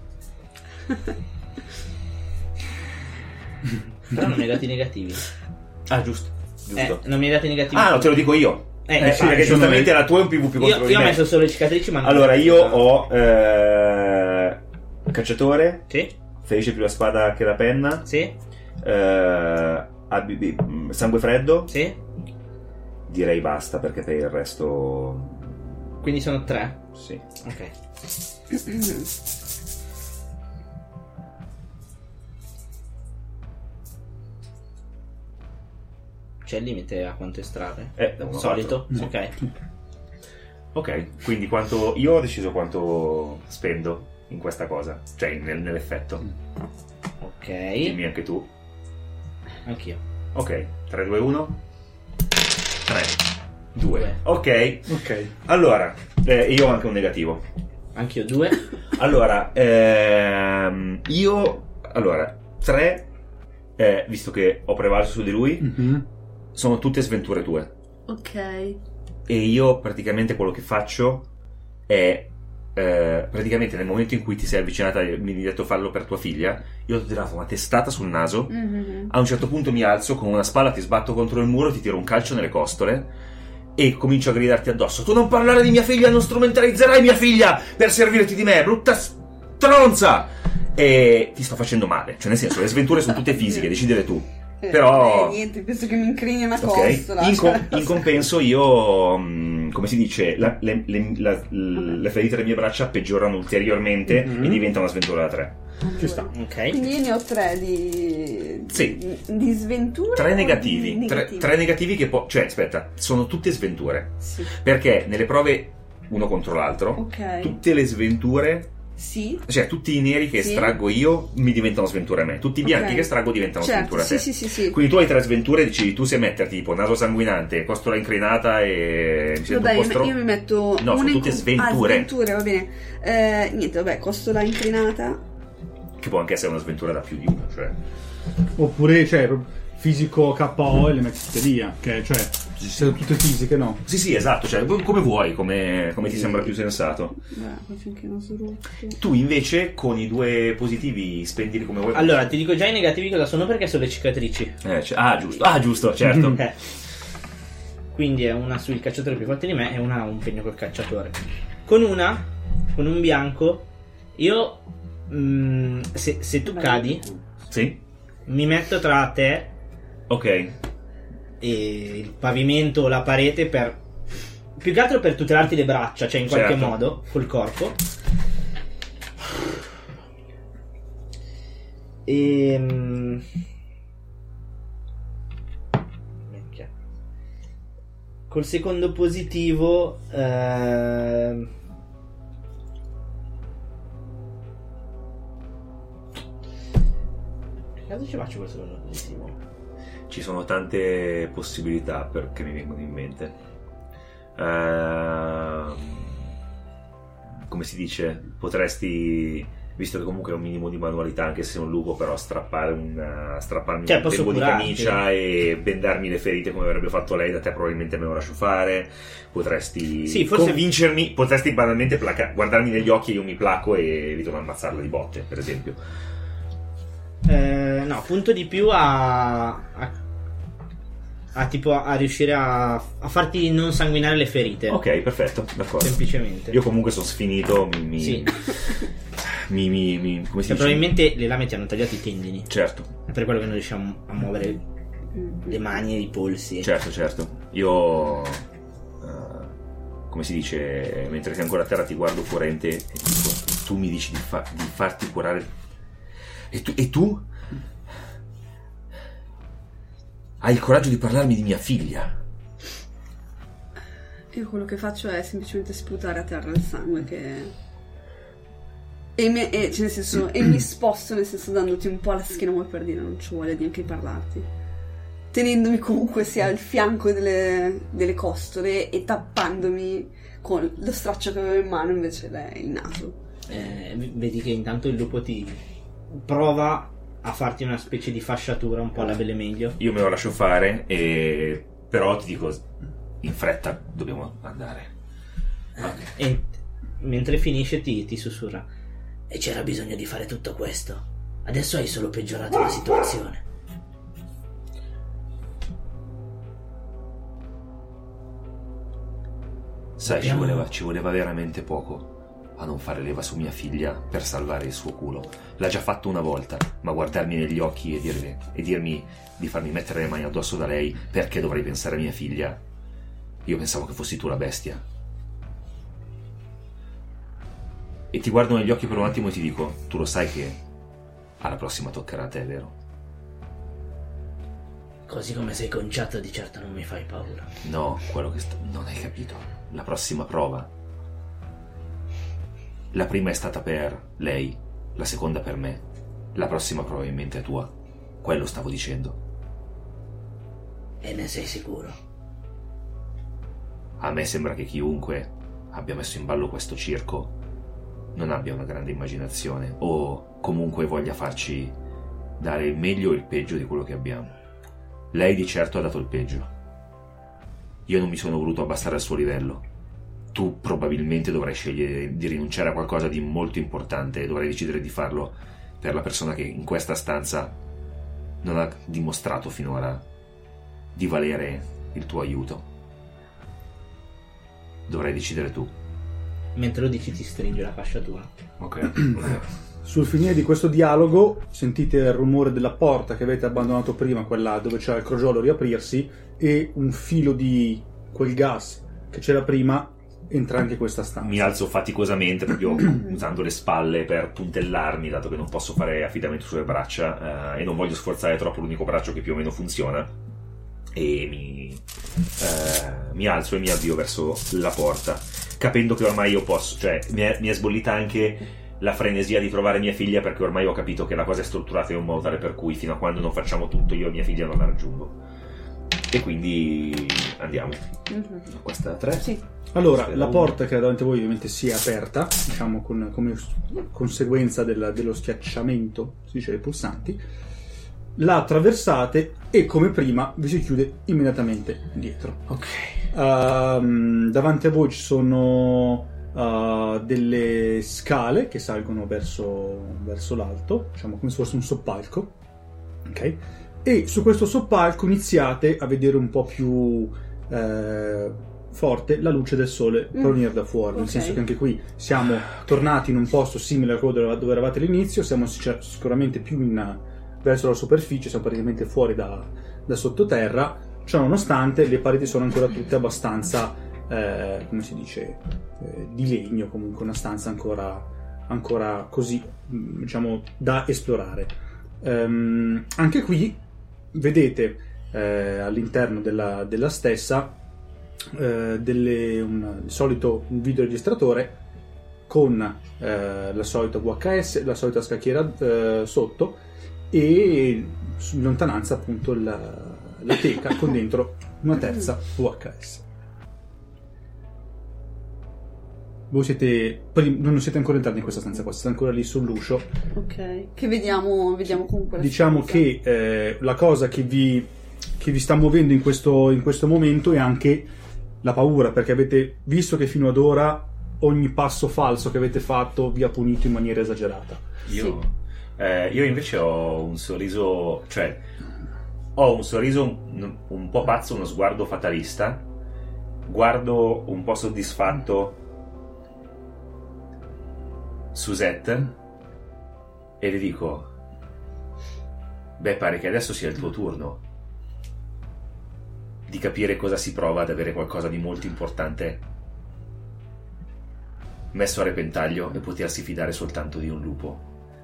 Però non mi hai dati negativi. Ah, giusto. Eh, Giusto. non mi hai dati negativi. Ah, no, te lo dico io. Eh, Eh, infatti, perché sono giustamente io. la tua è un PvP contro io, di io ho me. messo solo le cicatrici, ma non- Allora, io ho eh, cacciatore, Sì? ferisce più la spada che la penna, Sì? eh, abbi- bi- mh, sangue freddo. Sì? Direi basta perché per il resto Quindi sono tre? sì. Ok. C'è il limite a quanto estrarre? Eh, da uno a Solito? quattro, Ok. Ok, quindi quanto io ho deciso quanto spendo in questa cosa, cioè nel- nell'effetto. Ok. Dimmi anche tu. Anch'io. Ok, tre, due, uno. tre, due. Due. Ok. Ok. Allora, eh, io ho anche un negativo. Anch'io due. Allora, ehm, io allora, tre eh, visto che ho prevalso su di lui, Mhm. sono tutte sventure tue. Ok. E io praticamente quello che faccio è eh, praticamente nel momento in cui ti sei avvicinata e mi hai detto farlo per tua figlia, io ti ho tirato una testata sul naso. Mhm. A un certo punto mi alzo con una spalla, ti sbatto contro il muro, ti tiro un calcio nelle costole e comincio a gridarti addosso: tu non parlare di mia figlia, non strumentalizzerai mia figlia per servirti di me, brutta stronza! E ti sto facendo male, cioè nel senso le sventure sono tutte fisiche, decidere tu. Eh, Però- eh, niente, penso che mi incrini una Ok, costola. in, cioè, com- in compenso io, mh, come si dice, la- le, le- la- le ferite delle mie braccia peggiorano ulteriormente Mhm. e diventa una sventura da tre. Ci sta. Ok. Quindi io ne ho tre di. Sì. Di sventure. Tre o negativi, di tre, negativi? tre negativi che poi, cioè aspetta, sono tutte sventure. Sì. Perché nelle prove uno contro l'altro, Ok. tutte le sventure, Sì. cioè tutti i neri che Sì. estraggo io mi diventano sventure a me, tutti i bianchi Ok. che estraggo diventano Certo, sventure a sì, te. sì, sì, sì. Quindi tu hai tre sventure e decidi tu se metterti tipo naso sanguinante, costola incrinata e mi sento Vabbè, un po' io, stro- io mi metto. No, sono una tutte in- sventure. Ah, sventure, va bene. Eh, niente, vabbè, costola inclinata. Che può anche essere una sventura da più di uno, cioè. Oppure, cioè, fisico K O e le metti tutte via. Che, cioè, sono tutte fisiche, no? Sì, sì, esatto, cioè come vuoi, come, come ti sembra più sensato. Beh, finché non sono rotto. Tu invece con i due positivi spendili come vuoi. Allora, ti dico già i negativi cosa sono perché sono le cicatrici. Eh, cioè- ah, giusto, ah, giusto, certo. Eh. Quindi è una sul cacciatore più forte di me e una un pegno col cacciatore. Con una, con un bianco, io mm, se, se tu cadi, Sì? mi metto tra te Ok. e il pavimento o la parete per più che altro per tutelarti le braccia, cioè in qualche Certo. modo col corpo. E minchia. col secondo positivo eh... che caso ci faccio col secondo positivo? Ci sono tante possibilità per... che mi vengono in mente. Uh, come si dice, potresti, visto che comunque è un minimo di manualità, anche se è un lupo, però strappare un strapparmi cioè, un lembo di curarti. camicia e bendarmi le ferite come avrebbe fatto lei, da te probabilmente me lo lascio fare. Potresti sì, forse... convincermi, potresti banalmente placa- guardarmi negli occhi e io mi placo e ritorno a ammazzarla di botte, per esempio. Eh, no, punto di più a, a, a tipo a riuscire a, a farti non sanguinare le ferite. Ok, perfetto, d'accordo. Semplicemente. Io comunque sono sfinito, mi, mi, sì. mi, mi, mi come si cioè, dice? probabilmente le lame ti hanno tagliato i tendini. Certo. È per quello che non riusciamo a muovere le mani e i polsi. Certo, certo. Io, uh, come si dice, mentre sei ancora a terra ti guardo furente e ti dico, tu mi dici di, fa- di farti curare. E tu, e tu hai il coraggio di parlarmi di mia figlia? Io quello che faccio è semplicemente sputare a terra il sangue che... E, me, e, cioè nel senso, e mi sposto, nel senso, dandoti un po' la schiena come per dire non ci vuole neanche parlarti, tenendomi comunque sia al fianco delle, delle costole e tappandomi con lo straccio che avevo in mano invece il naso. Eh, vedi che intanto il lupo ti prova a farti una specie di fasciatura un po' alla belle meglio. Io me lo lascio fare, e... però ti dico in fretta dobbiamo andare. Okay. E mentre finisce ti, ti sussurra: e c'era bisogno di fare tutto questo? Adesso hai solo peggiorato la situazione. Sai, Abbiamo... ci voleva, ci voleva veramente poco a non fare leva su mia figlia per salvare il suo culo. L'ha già fatto una volta, ma guardarmi negli occhi e, dirmi, e dirmi di farmi mettere le mani addosso da lei perché dovrei pensare a mia figlia. Io pensavo che fossi tu la bestia. E ti guardo negli occhi per un attimo e ti dico, tu lo sai che alla prossima toccherà a te, vero? Così come sei conciato di certo non mi fai paura. No, quello che sto... non hai capito. La prossima prova. La prima è stata per lei, la seconda per me. La prossima probabilmente è tua. Quello stavo dicendo. E ne sei sicuro? A me sembra che chiunque abbia messo in ballo questo circo non abbia una grande immaginazione, o comunque voglia farci dare il meglio o il peggio di quello che abbiamo. Lei di certo ha dato il peggio. Io non mi sono voluto abbassare al suo livello. Tu probabilmente dovrai scegliere di rinunciare a qualcosa di molto importante e dovrai decidere di farlo per la persona che in questa stanza non ha dimostrato finora di valere il tuo aiuto. Dovrai decidere tu. Mentre lo dici ti stringe la fasciatura. Ok. Sul finire di questo dialogo sentite il rumore della porta che avete abbandonato prima, quella dove c'era il crogiolo, riaprirsi, e un filo di quel gas che c'era prima entra anche in questa stanza. Mi alzo faticosamente, proprio usando le spalle per puntellarmi, dato che non posso fare affidamento sulle braccia eh, e non voglio sforzare troppo l'unico braccio che più o meno funziona, e mi, eh, mi alzo e mi avvio verso la porta, capendo che ormai io posso, cioè mi è, mi è sbollita anche la frenesia di trovare mia figlia, perché ormai ho capito che la cosa è strutturata in un modo tale per cui fino a quando non facciamo tutto io e mia figlia non la raggiungo. E quindi andiamo. Mm-hmm. Questa è tre. Sì. Allora, Questa è la uno. porta che è davanti a voi ovviamente si è aperta, diciamo con, come conseguenza del- dello schiacciamento, si dice, dei pulsanti. La attraversate e come prima vi si chiude immediatamente dietro. Ok. Ehm, davanti a voi ci sono uh, delle scale che salgono verso, verso l'alto, diciamo come se fosse un soppalco. Ok? E su questo soppalco iniziate a vedere un po' più eh, forte la luce del sole Mm. provenire da fuori, nel Ok. senso che anche qui siamo tornati in un posto simile a quello dove- dove eravate all'inizio, siamo sic- sicuramente più in, verso la superficie, siamo praticamente fuori da, da sottoterra. Ciò nonostante le pareti sono ancora tutte abbastanza eh, come si dice eh, di legno, comunque una stanza ancora, ancora così mh, diciamo da esplorare. Ehm, anche qui vedete eh, all'interno della, della stessa eh, delle, un, il solito videoregistratore con eh, la solita V H S, la solita scacchiera eh, sotto e in lontananza appunto la, la teca con dentro una terza V H S. Voi siete prim- non siete ancora entrati in questa stanza qua, siete ancora lì sull'uscio. Ok, che vediamo, vediamo comunque la Diciamo stanza. che eh, la cosa che vi, che vi sta muovendo in questo, in questo momento è anche la paura, perché avete visto che fino ad ora ogni passo falso che avete fatto vi ha punito in maniera esagerata. Io, eh, io invece ho un sorriso, cioè ho un sorriso un, un po' pazzo, uno sguardo fatalista, guardo un po' soddisfatto Suzette e le dico: beh, pare che adesso sia il tuo turno di capire cosa si prova ad avere qualcosa di molto importante messo a repentaglio e potersi fidare soltanto di un lupo.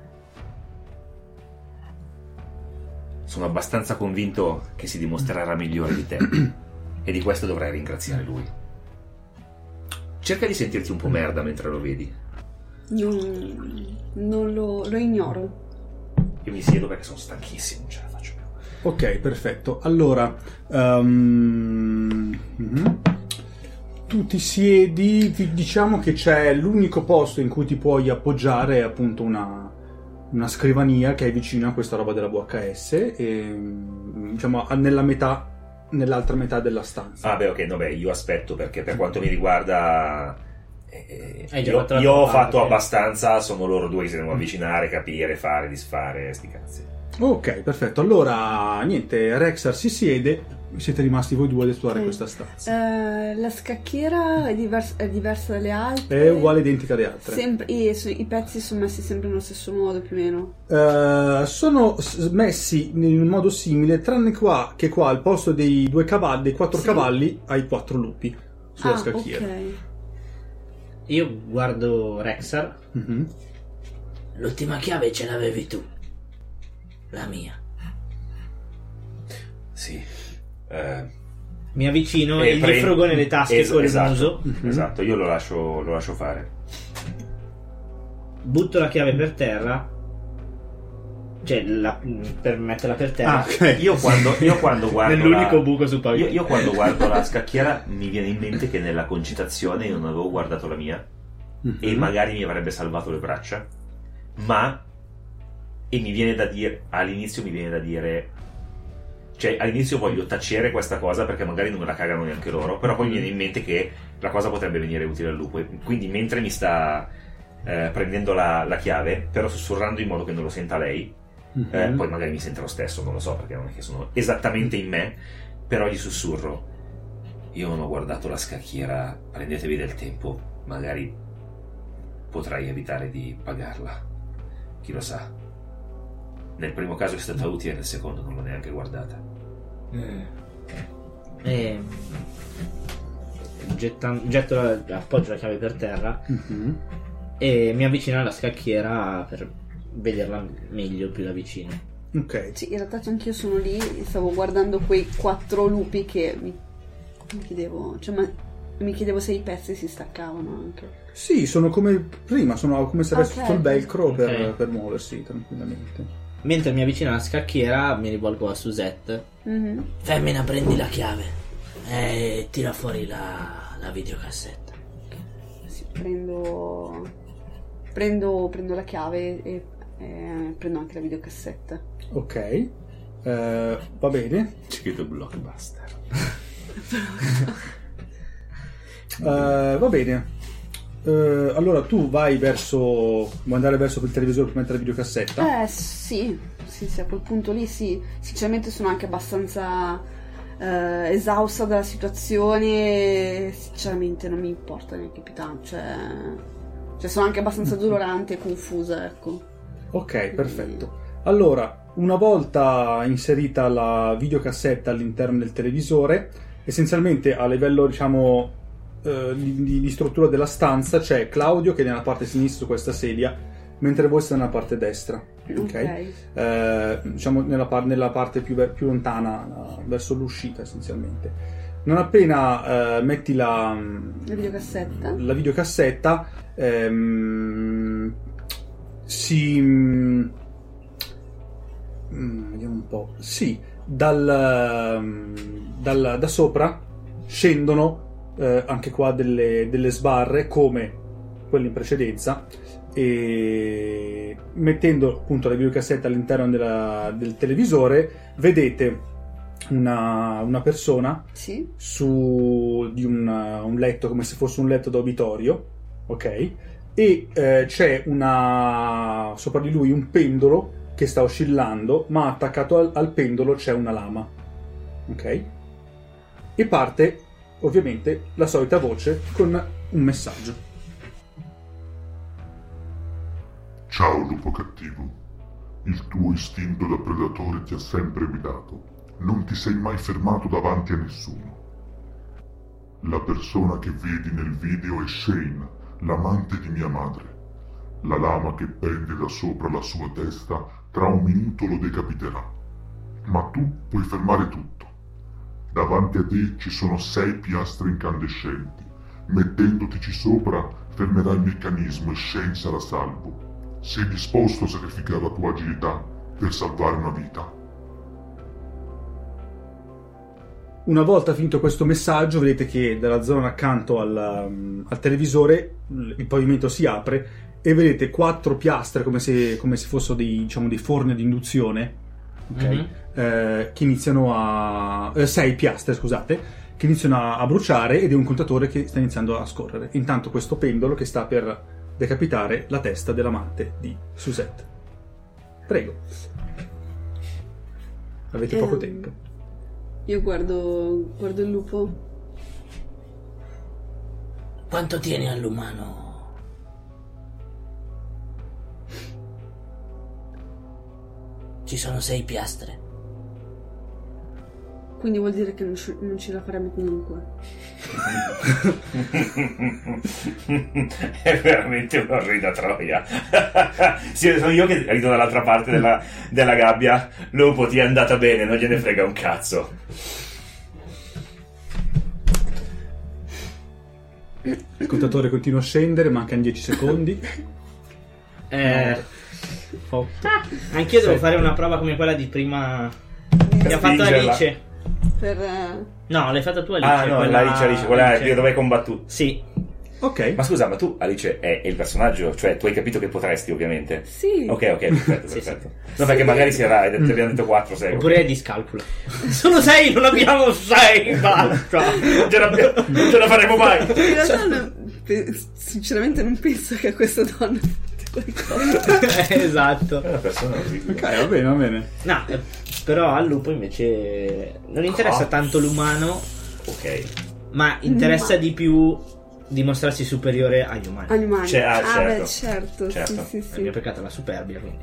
Sono abbastanza convinto che si dimostrerà migliore di te e di questo dovrai ringraziare lui. Cerca di sentirti un po' merda mentre lo vedi. Io non lo, lo ignoro. Io mi siedo perché sono stanchissimo, non ce la faccio più. Ok, perfetto. Allora, um, mhm. tu ti siedi, ti- diciamo che c'è l'unico posto in cui ti puoi appoggiare è appunto una, una scrivania che è vicino a questa roba della V H S, e, diciamo nella metà, nell'altra metà della stanza. Ah beh, ok, no beh, io aspetto perché per quanto mi riguarda eh, Hai già io, fatto la io tua ho fatto parte. abbastanza, sono loro due che si devono avvicinare, capire, fare, disfare, sti cazzi. Ok, perfetto. Allora, niente, Rexar si siede, siete rimasti voi due ad esplorare Ok. questa stanza. Eh, la scacchiera è, divers- è diversa dalle altre. È uguale, identica alle altre. Sempre, i, su- i pezzi sono messi sempre nello stesso modo, più o meno. Eh, sono s- messi in un modo simile, tranne qua che qua al posto dei due cavalli, dei quattro Sì. cavalli, hai quattro lupi sulla ah, scacchiera. ok. Io guardo Rexar. Mhm. L'ultima chiave ce l'avevi tu. La mia. Sì. Eh, Mi avvicino e e gli prendi- frugo nelle tasche es- con il esatto, muso. Mhm. Esatto, io lo lascio, lo lascio fare. Butto la chiave per terra. Cioè, la- per metterla per terra. Ah, ok. Io quando, io quando guardo Nell'unico la- buco sul io, pavimento. io quando guardo la scacchiera mi viene in mente che nella concitazione io non avevo guardato la mia Mhm. e magari mi avrebbe salvato le braccia, ma e mi viene da dire all'inizio mi viene da dire cioè all'inizio voglio tacere questa cosa perché magari non me la cagano neanche loro, però poi mi viene in mente che la cosa potrebbe venire utile al lupo, e quindi mentre mi sta eh, prendendo la, la chiave, però sussurrando in modo che non lo senta lei, Mhm. eh, poi magari mi sente lo stesso, non lo so, perché non è che sono esattamente in me, però gli sussurro: io non ho guardato la scacchiera, prendetevi del tempo, magari potrai evitare di pagarla, chi lo sa. Nel primo caso è stata utile, nel secondo non l'ho neanche guardata. E... getta- getto la, appoggio la chiave per terra Mhm. e mi avvicino alla scacchiera per vederla meglio più da vicino. Ok. Sì, in realtà anch'io sono lì e stavo guardando quei quattro lupi che mi, mi chiedevo, cioè, ma, mi chiedevo se i pezzi si staccavano anche. Sì, sono come prima, sono come se avessero Ok. tutto il velcro per, Ok. per muoversi tranquillamente. Mentre mi avvicino alla scacchiera mi rivolgo a Suzette. Mhm. Femmina, prendi la chiave e tira fuori la, la videocassetta. Sì, prendo, prendo, prendo la chiave e, e prendo anche la videocassetta. Ok. Eh, va bene. Ci chiedo blockbuster. Eh, va bene. Eh, allora tu vai verso. Vuoi andare verso il televisore per mettere la videocassetta? Eh sì, sì, sì, a quel punto lì sì. Sinceramente sono anche abbastanza eh, esausta dalla situazione. Sinceramente non mi importa neanche più tanto. Cioè, cioè sono anche abbastanza dolorante e confusa, ecco. Ok, perfetto. Allora, una volta inserita la videocassetta all'interno del televisore, essenzialmente a livello, diciamo, eh, di, di- di struttura della stanza c'è Claudio che è nella parte sinistra su questa sedia, mentre voi siete nella parte destra. Ok? Ok. Eh, diciamo nella, par- nella parte più, ver- più lontana, eh, verso l'uscita essenzialmente. Non appena eh, metti la, La videocassetta. la videocassetta, ehm, si... mm, vediamo un po'. Sì, dal, dal- da sopra scendono eh, anche qua delle, delle sbarre come quelle in precedenza, e mettendo appunto la videocassetta all'interno della- del televisore vedete una, una persona Sì. su di un, un letto, come se fosse un letto d'obitorio, ok? E eh, c'è una sopra di lui un pendolo che sta oscillando, ma attaccato al, al pendolo c'è una lama, ok? E parte ovviamente la solita voce con un messaggio. Ciao lupo cattivo, il tuo istinto da predatore ti ha sempre guidato, non ti sei mai fermato davanti a nessuno. La persona che vedi nel video è Shane, l'amante di mia madre. La lama che pende da sopra la sua testa tra un minuto lo decapiterà. Ma tu puoi fermare tutto. Davanti a te ci sono sei piastre incandescenti. Mettendotici sopra fermerai il meccanismo e Shane sarà salvo. Sei disposto a sacrificare la tua agilità per salvare una vita? Una volta finito questo messaggio, vedete che dalla zona accanto al, al televisore il pavimento si apre e vedete quattro piastre come se, come se fossero dei, diciamo, dei forni di induzione, ok? Mhm. Eh, che iniziano a... eh, sei piastre, scusate, che iniziano a, a bruciare, ed è un contatore che sta iniziando a scorrere. Intanto questo pendolo che sta per decapitare la testa dell'amante di Suzette. Prego. Avete poco Ehm, tempo. Io guardo, guardo il lupo. Quanto tieni all'umano? Ci sono sei piastre. Quindi vuol dire che non ci, non ce la faremo comunque. È veramente un'orrida troia. Sì, sono io che rido dall'altra parte della, della gabbia. Lupo, ti è andata bene, non gliene frega un cazzo. Il contatore continua a scendere, mancano dieci secondi. Eh, otto. anch'io devo Sette. fare una prova come quella di prima che ha fatto spingerla. Alice. Per... eh, No, l'hai fatta tu Alice. Ah no, quella- Alice, Alice, quella Alice. dove hai combattuto. Sì. Ok. Ma scusa, ma tu, Alice, è, è il personaggio? Cioè, tu hai capito che potresti, ovviamente. Sì. Ok, ok, perfetto, Sì, perfetto. No, perché magari si era, ti abbiamo detto quattro, sei. Oppure è discalculo. Sono sei, non abbiamo sei. Basta. Non ce, la, non ce la faremo mai. In realtà non- pe- sinceramente non penso che a questa donna qualcosa. Esatto. È una persona orribile. Ok, va bene, va bene. No, eh, però al lupo invece non interessa Ah. tanto l'umano, Ok. ma interessa Ma- di più dimostrarsi superiore agli umani. Agli umani. Cioè, ah, ah, certo. beh, certo. Certo. Sì, sì, Il mio sì. peccato è la superbia, quindi.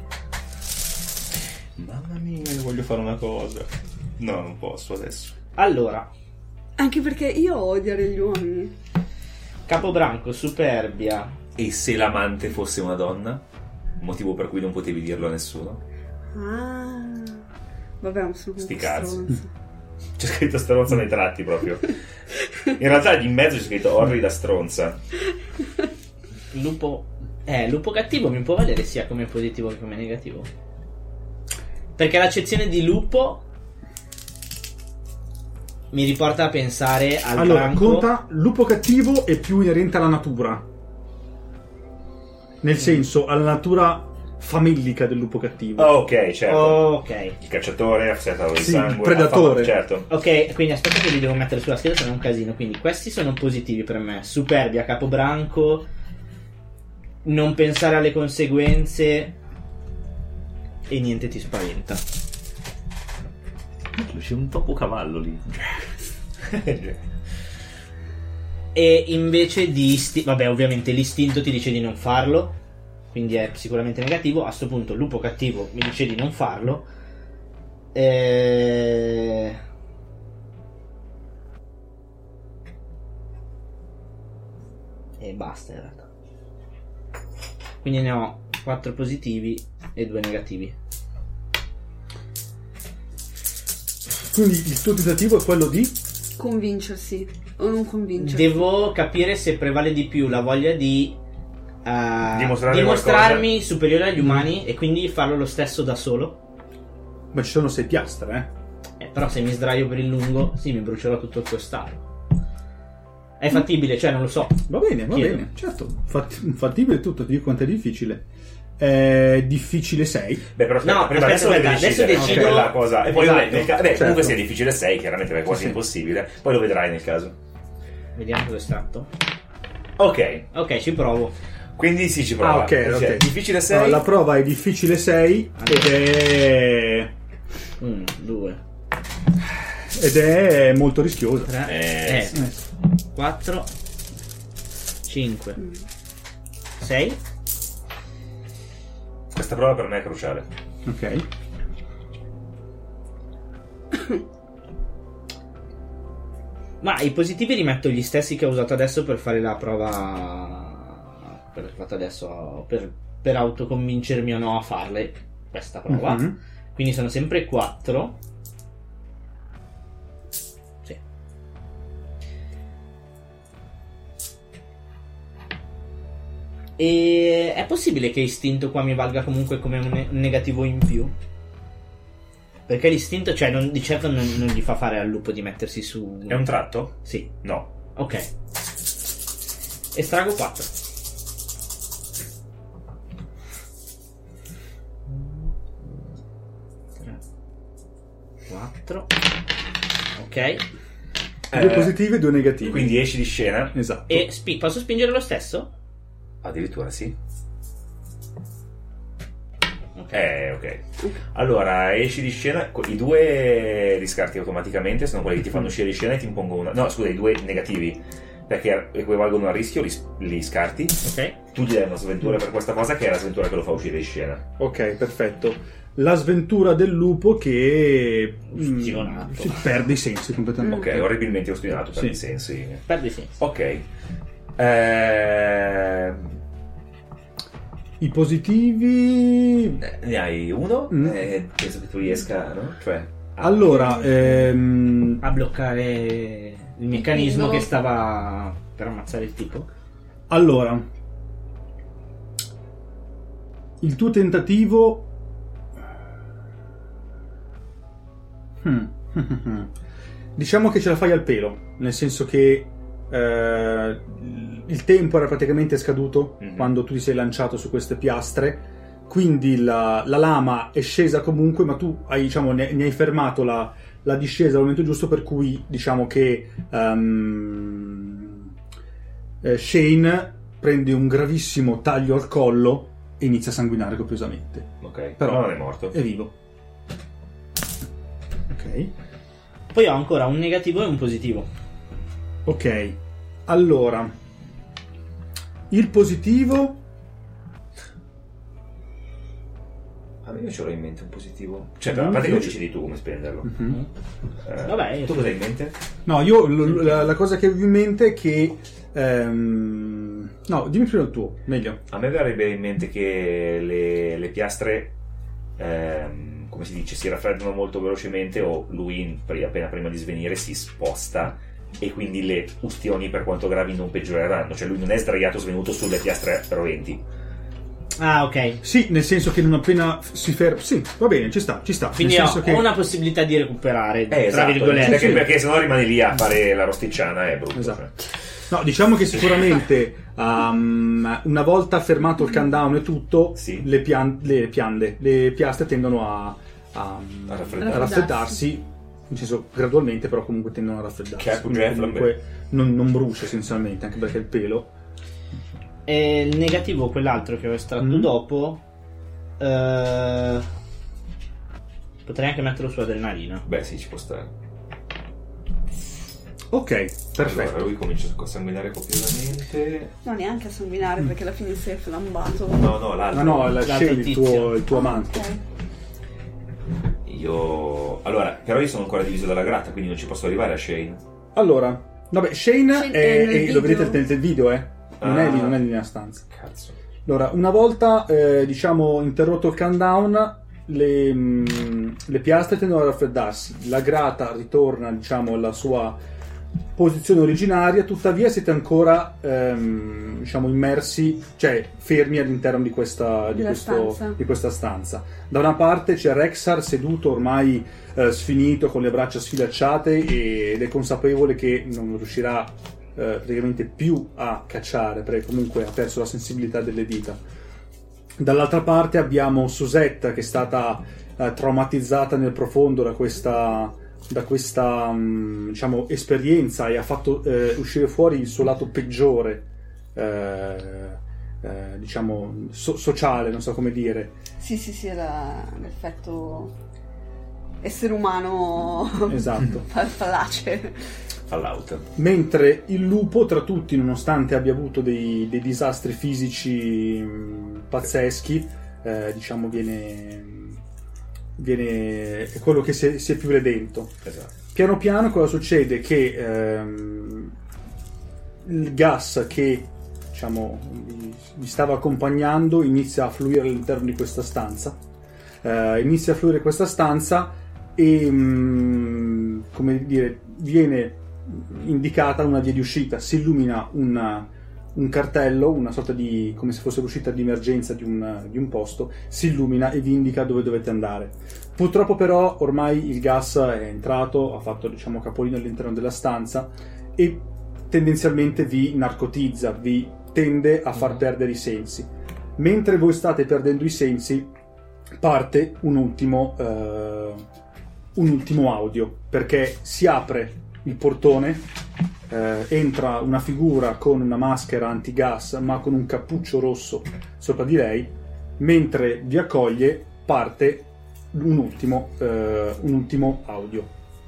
Mamma mia, io voglio fare una cosa. No, non posso adesso. Allora, Anche perché io odio odiare gli uomini. Capobranco, superbia. E se l'amante fosse una donna? Motivo per cui non potevi dirlo a nessuno? Ah. Vabbè, ma sono Sti comunque cazzi. stronza. C'è scritto stronza nei tratti proprio. In realtà in mezzo c'è scritto orrida stronza. Lupo. Eh, lupo cattivo mi può valere sia come positivo che come negativo. Perché l'accezione di lupo mi riporta a pensare al Allora, branco. conta, lupo cattivo è più inerente alla natura. Nel senso, alla natura famelica del lupo cattivo. Oh, ok, certo. Ok. Il cacciatore, ha affiatato il Sì, sangue. il predatore. ha fatto- certo. Ok, quindi aspetta che li devo mettere sulla scheda, se no è un casino. Quindi questi sono positivi per me. Superbia, capobranco, non pensare alle conseguenze e niente ti spaventa. C'è un topo cavallo lì. E invece di isti- vabbè, ovviamente l'istinto ti dice di non farlo, quindi è sicuramente negativo. A sto punto lupo cattivo mi dice di non farlo. E... e basta in realtà. Quindi ne ho quattro positivi e due negativi. Quindi il tuo tentativo è quello di... convincersi o non convincersi. Devo capire se prevale di più la voglia di uh, Dimostrare dimostrarmi qualcosa. superiore agli umani e quindi farlo lo stesso da solo. Ma ci sono sei piastre, eh? Eh, però se mi sdraio per il lungo, sì, mi brucerò tutto il costalo. È fattibile, cioè non lo so. Va bene, va Chiedo. bene, certo. Fatti- fattibile tutto, ti dico quanto è difficile. È difficile sei. Beh, però aspetta, No, prima aspetta, adesso, aspetta, devi adesso decidere, decido- quella cosa. E poi Esatto. nel ca- beh, Certo. comunque sia difficile sei, chiaramente è quasi Sì. impossibile. Poi lo vedrai nel caso. Vediamo cosa è stato. Ok, Ok, ci provo. quindi sì, ci prova. Ah, ok, Cioè, ok. difficile sei. No, la prova è difficile sei ed è uno, due, ed è molto rischiosa. tre, Eh, eh, Eh, quattro, cinque, sei. Questa prova per me è cruciale. ok. Ma i positivi rimetto gli stessi che ho usato adesso per fare la prova. Per fatto adesso per, per autoconvincermi o no a farle questa prova. Mhm. Quindi sono sempre quattro. Sì. E è possibile che istinto qua mi valga comunque come un, ne- un negativo in più? Perché l'istinto, cioè, non, di certo non, non gli fa fare al lupo di mettersi su. È un tratto? Sì. No. Ok. Estrago quattro. quattro. Ok. Due Eh, positivi e due negativi. Quindi esci di scena. Esatto. E spi- posso spingere lo stesso? Addirittura sì. Ok. Eh, ok. Allora, esci di scena. I due li scarti automaticamente. Sono quelli che ti fanno uscire di scena e ti impongono una. No, scusa, i due negativi. Perché equivalgono a rischio, li, li scarti. Ok. Tu gli dai una sventura per questa cosa, che è la sventura che lo fa uscire di scena. Ok, perfetto. La sventura del lupo che mm, Ustionato. si perde i sensi completamente. Ok, orribilmente ostinato per Sì. i sensi. Perdi senso. Ok. Eh, I positivi. ne hai uno? Mm. Eh, penso che tu riesca, no? Cioè. Allora, ehm, A bloccare il meccanismo pendolo. che stava per ammazzare il tipo. allora, il tuo tentativo. Hmm. Diciamo che ce la fai al pelo, nel senso che eh, il tempo era praticamente scaduto Mhm. quando tu ti sei lanciato su queste piastre, quindi la, la lama è scesa comunque, ma tu hai, diciamo, ne, ne hai fermato la, la discesa al momento giusto, per cui diciamo che ehm, eh, Shane prende un gravissimo taglio al collo e inizia a sanguinare copiosamente. Ok, Però- però non è morto. È vivo. Ok. Poi ho ancora un negativo e un positivo. Ok, allora il positivo. Ah, io ce l'ho in mente un positivo. Cioè, a parte che lo decidi tu come spenderlo. Mhm. Eh, Vabbè, io- tu cosa hai in mente? No, io l- la, la cosa che ho in mente è che. ehm, No, dimmi prima il tuo, meglio. A me verrebbe in mente che le, le piastre, ehm, come si dice, si raffreddano molto velocemente, o lui pri- appena prima di svenire si sposta e quindi le ustioni, per quanto gravi, non peggioreranno. Cioè lui non è sdraiato svenuto sulle piastre roventi. Ah, ok. Sì, nel senso che non appena si ferma. Sì, va bene, ci sta, ci sta. Quindi nel ho, senso che. ho una possibilità di recuperare, Eh, tra esatto, virgolette. perché, Sì. perché se no rimane lì a fare la rosticciana, è brutto. Esatto. No, diciamo che sicuramente um, una volta fermato il countdown e tutto, Sì. le, pian- le piande, le piastre tendono a, a, A raffreddarsi. a raffreddarsi, nel senso gradualmente, però comunque tendono a raffreddarsi. Che è Quindi Jeff comunque non, non brucia essenzialmente, anche perché il pelo. E il negativo, quell'altro che ho estratto Mm. dopo, eh, potrei anche metterlo su adrenalina. Beh, sì, ci può stare. Ok, perfetto. Allora, lui comincia a sanguinare copiosamente. No, neanche a sanguinare perché alla fine si è flambato. No, no, l'altro. No, no, la L'altro scegli il tizio. tuo, il tuo amante. Ok. Io. Allora, però io sono ancora diviso dalla grata, quindi non ci posso arrivare a Shane. Allora, vabbè, Shane, Shane è, è nel è- lo video. vedete nel, nel video, eh? Non, è Ah. lì, non è lì nella stanza. Cazzo. Allora, una volta, eh, diciamo, interrotto il countdown, le, mh, le piastre tendono a raffreddarsi. La grata ritorna, diciamo, alla sua posizione originaria, tuttavia siete ancora ehm, diciamo immersi, cioè fermi all'interno di questa, di, Della questo, stanza. di questa stanza. Da una parte c'è Rexar seduto ormai eh, sfinito con le braccia sfilacciate ed è consapevole che non riuscirà eh, praticamente più a cacciare perché comunque ha perso la sensibilità delle dita. Dall'altra parte abbiamo Susetta che è stata eh, traumatizzata nel profondo da questa da questa mh, diciamo esperienza e ha fatto eh, uscire fuori il suo lato peggiore eh, eh, diciamo so- sociale, non so come dire. Sì, sì, sì, la- l'effetto essere umano Esatto. fa- fallace. Fallout. Mentre il lupo, tra tutti, nonostante abbia avuto dei, dei disastri fisici mh, pazzeschi, eh, diciamo viene viene è quello che si è, si è più redento. Esatto. Piano piano cosa succede? Che ehm, il gas che diciamo vi, vi stava accompagnando inizia a fluire all'interno di questa stanza, eh, inizia a fluire questa stanza e mh, come dire viene indicata una via di uscita, si illumina una, un cartello, una sorta di come se fosse l'uscita di emergenza di un, di un posto, si illumina e vi indica dove dovete andare. Purtroppo però ormai il gas è entrato, ha fatto diciamo capolino all'interno della stanza e tendenzialmente vi narcotizza, vi tende a far perdere i sensi. Mentre voi state perdendo i sensi parte un ultimo eh, un ultimo audio, perché si apre il portone, eh, entra una figura con una maschera antigas ma con un cappuccio rosso sopra di lei, mentre vi accoglie parte un ultimo, eh, un ultimo audio.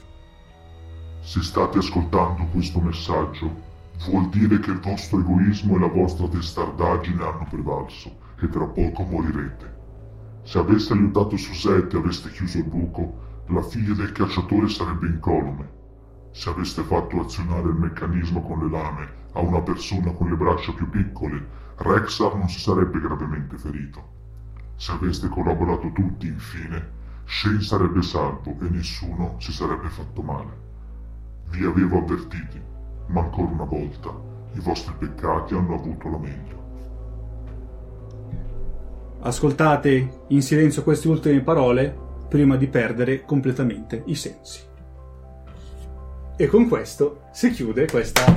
Se state ascoltando questo messaggio, vuol dire che il vostro egoismo e la vostra testardaggine hanno prevalso e tra poco morirete. Se aveste aiutato Susette e aveste chiuso il buco, la figlia del cacciatore sarebbe incolume. Se aveste fatto azionare il meccanismo con le lame a una persona con le braccia più piccole, Rexar non si sarebbe gravemente ferito. Se aveste collaborato tutti, infine, Shane sarebbe salvo e nessuno si sarebbe fatto male. Vi avevo avvertiti, ma ancora una volta i vostri peccati hanno avuto la meglio. Ascoltate in silenzio queste ultime parole prima di perdere completamente i sensi. E con questo si chiude questa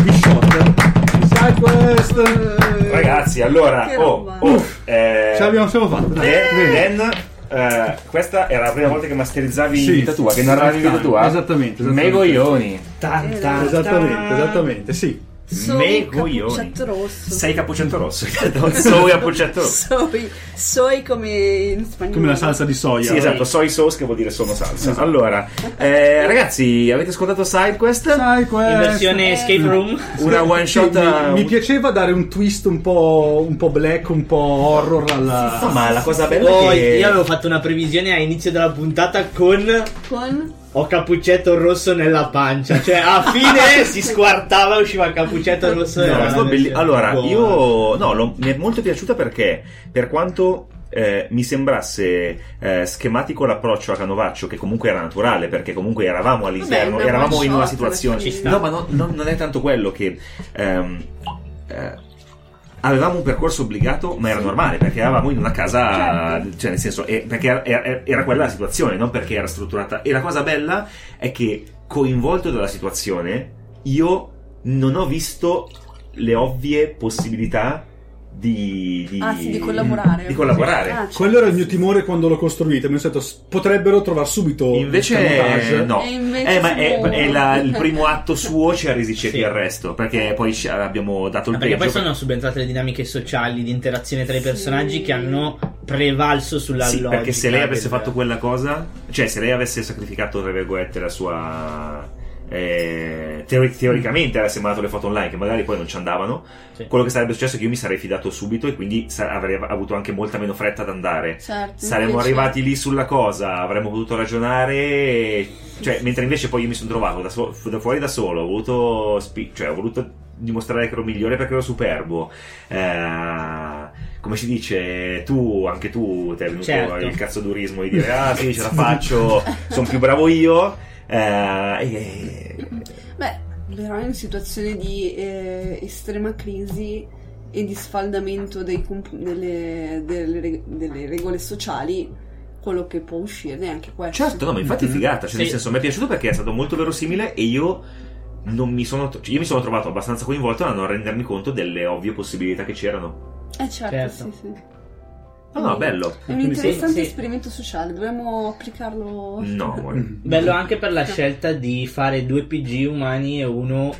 Bishop Side Quest. Ragazzi, allora, Che oh, roba. oh, eh, Ce l'abbiamo siamo fatta. Dai. Dan, Dan, eh, questa era la prima volta che masterizzavi Sì, in vita tua, che narravi in vita tua. Esattamente, esattamente. Me coglioni. Tan, tan, Esattamente, tan. esattamente, sì. Soy Me coglioni. cappuccetto rosso. Sei cappuccetto rosso. Non soy cappuccetto rosso. Soy, soy come in spagnolo. Come la salsa di soia. Sì, esatto, soy sauce che vuol dire sono salsa. Allora, eh, ragazzi, avete ascoltato SideQuest? Side Quest. In versione escape room. Una one shot. Sì, a- mi, mi piaceva dare un twist un po', un po' black, un po' horror alla... No, ma la cosa bella Oh, è che io avevo fatto una previsione a inizio della puntata con Con... ho cappuccetto rosso nella pancia, cioè a fine si squartava e usciva il cappuccetto rosso No, nella è stato belli- pancia. allora, Buono. io no, l'ho- mi è molto piaciuta perché per quanto eh, mi sembrasse eh, schematico l'approccio a Canovaccio, che comunque era naturale, perché comunque eravamo all'interno, Vabbè, una eravamo one in una shot, situazione. ci sta. No, ma no- no- non è tanto quello che ehm, eh, avevamo un percorso obbligato, ma era normale perché eravamo in una casa, Certo. cioè nel senso, eh, perché era, era- era quella la situazione, non perché era strutturata. E la cosa bella è che, coinvolto dalla situazione, io non ho visto le ovvie possibilità di, di, Ah, sì, di collaborare. di collaborare. Ah, certo. Quello era il mio timore quando l'ho costruito. Mi sono detto, s- potrebbero trovare subito Invece l'escamotage. no, E invece eh, ma è, siamo- è la- il primo atto suo ci ha resi ciechi Sì. il resto, perché poi ci abbiamo dato il Ah, perché poi peggio. sono subentrate le dinamiche sociali di interazione tra i personaggi Sì. che hanno prevalso sulla Sì, logica. perché se lei avesse del- fatto quella cosa, cioè se lei avesse sacrificato tra virgolette la sua eh, teori- teoricamente avesse mandato le foto online che magari poi non ci andavano, Sì. quello che sarebbe successo è che io mi sarei fidato subito e quindi sa- avrei avuto anche molta meno fretta ad andare. Certo, Saremmo invece- arrivati lì sulla cosa, avremmo potuto ragionare, cioè mentre invece poi io mi sono trovato da, so- da fuori da solo, ho voluto spi- cioè ho voluto dimostrare che ero migliore perché ero superbo. Eh, come si dice, tu, anche tu, ti è venuto Certo. il cazzodurismo di dire ah sì, ce la faccio, sono più bravo io. Eh, e- Beh, l'eroe in situazione di eh, estrema crisi e di sfaldamento dei comp- delle, delle, reg- delle regole sociali, quello che può uscirne è anche questo. Certo, no, ma infatti è figata, cioè Sì. nel senso mi è piaciuto perché è stato molto verosimile e io non mi sono cioè, io mi sono trovato abbastanza coinvolto a non rendermi conto delle ovvie possibilità che c'erano. Eh certo, Certo. sì, sì. Ah, no, bello. È un Quindi interessante sì, sì. esperimento sociale, dovremmo applicarlo. No, amore. Bello anche per la scelta di fare due P G umani e uno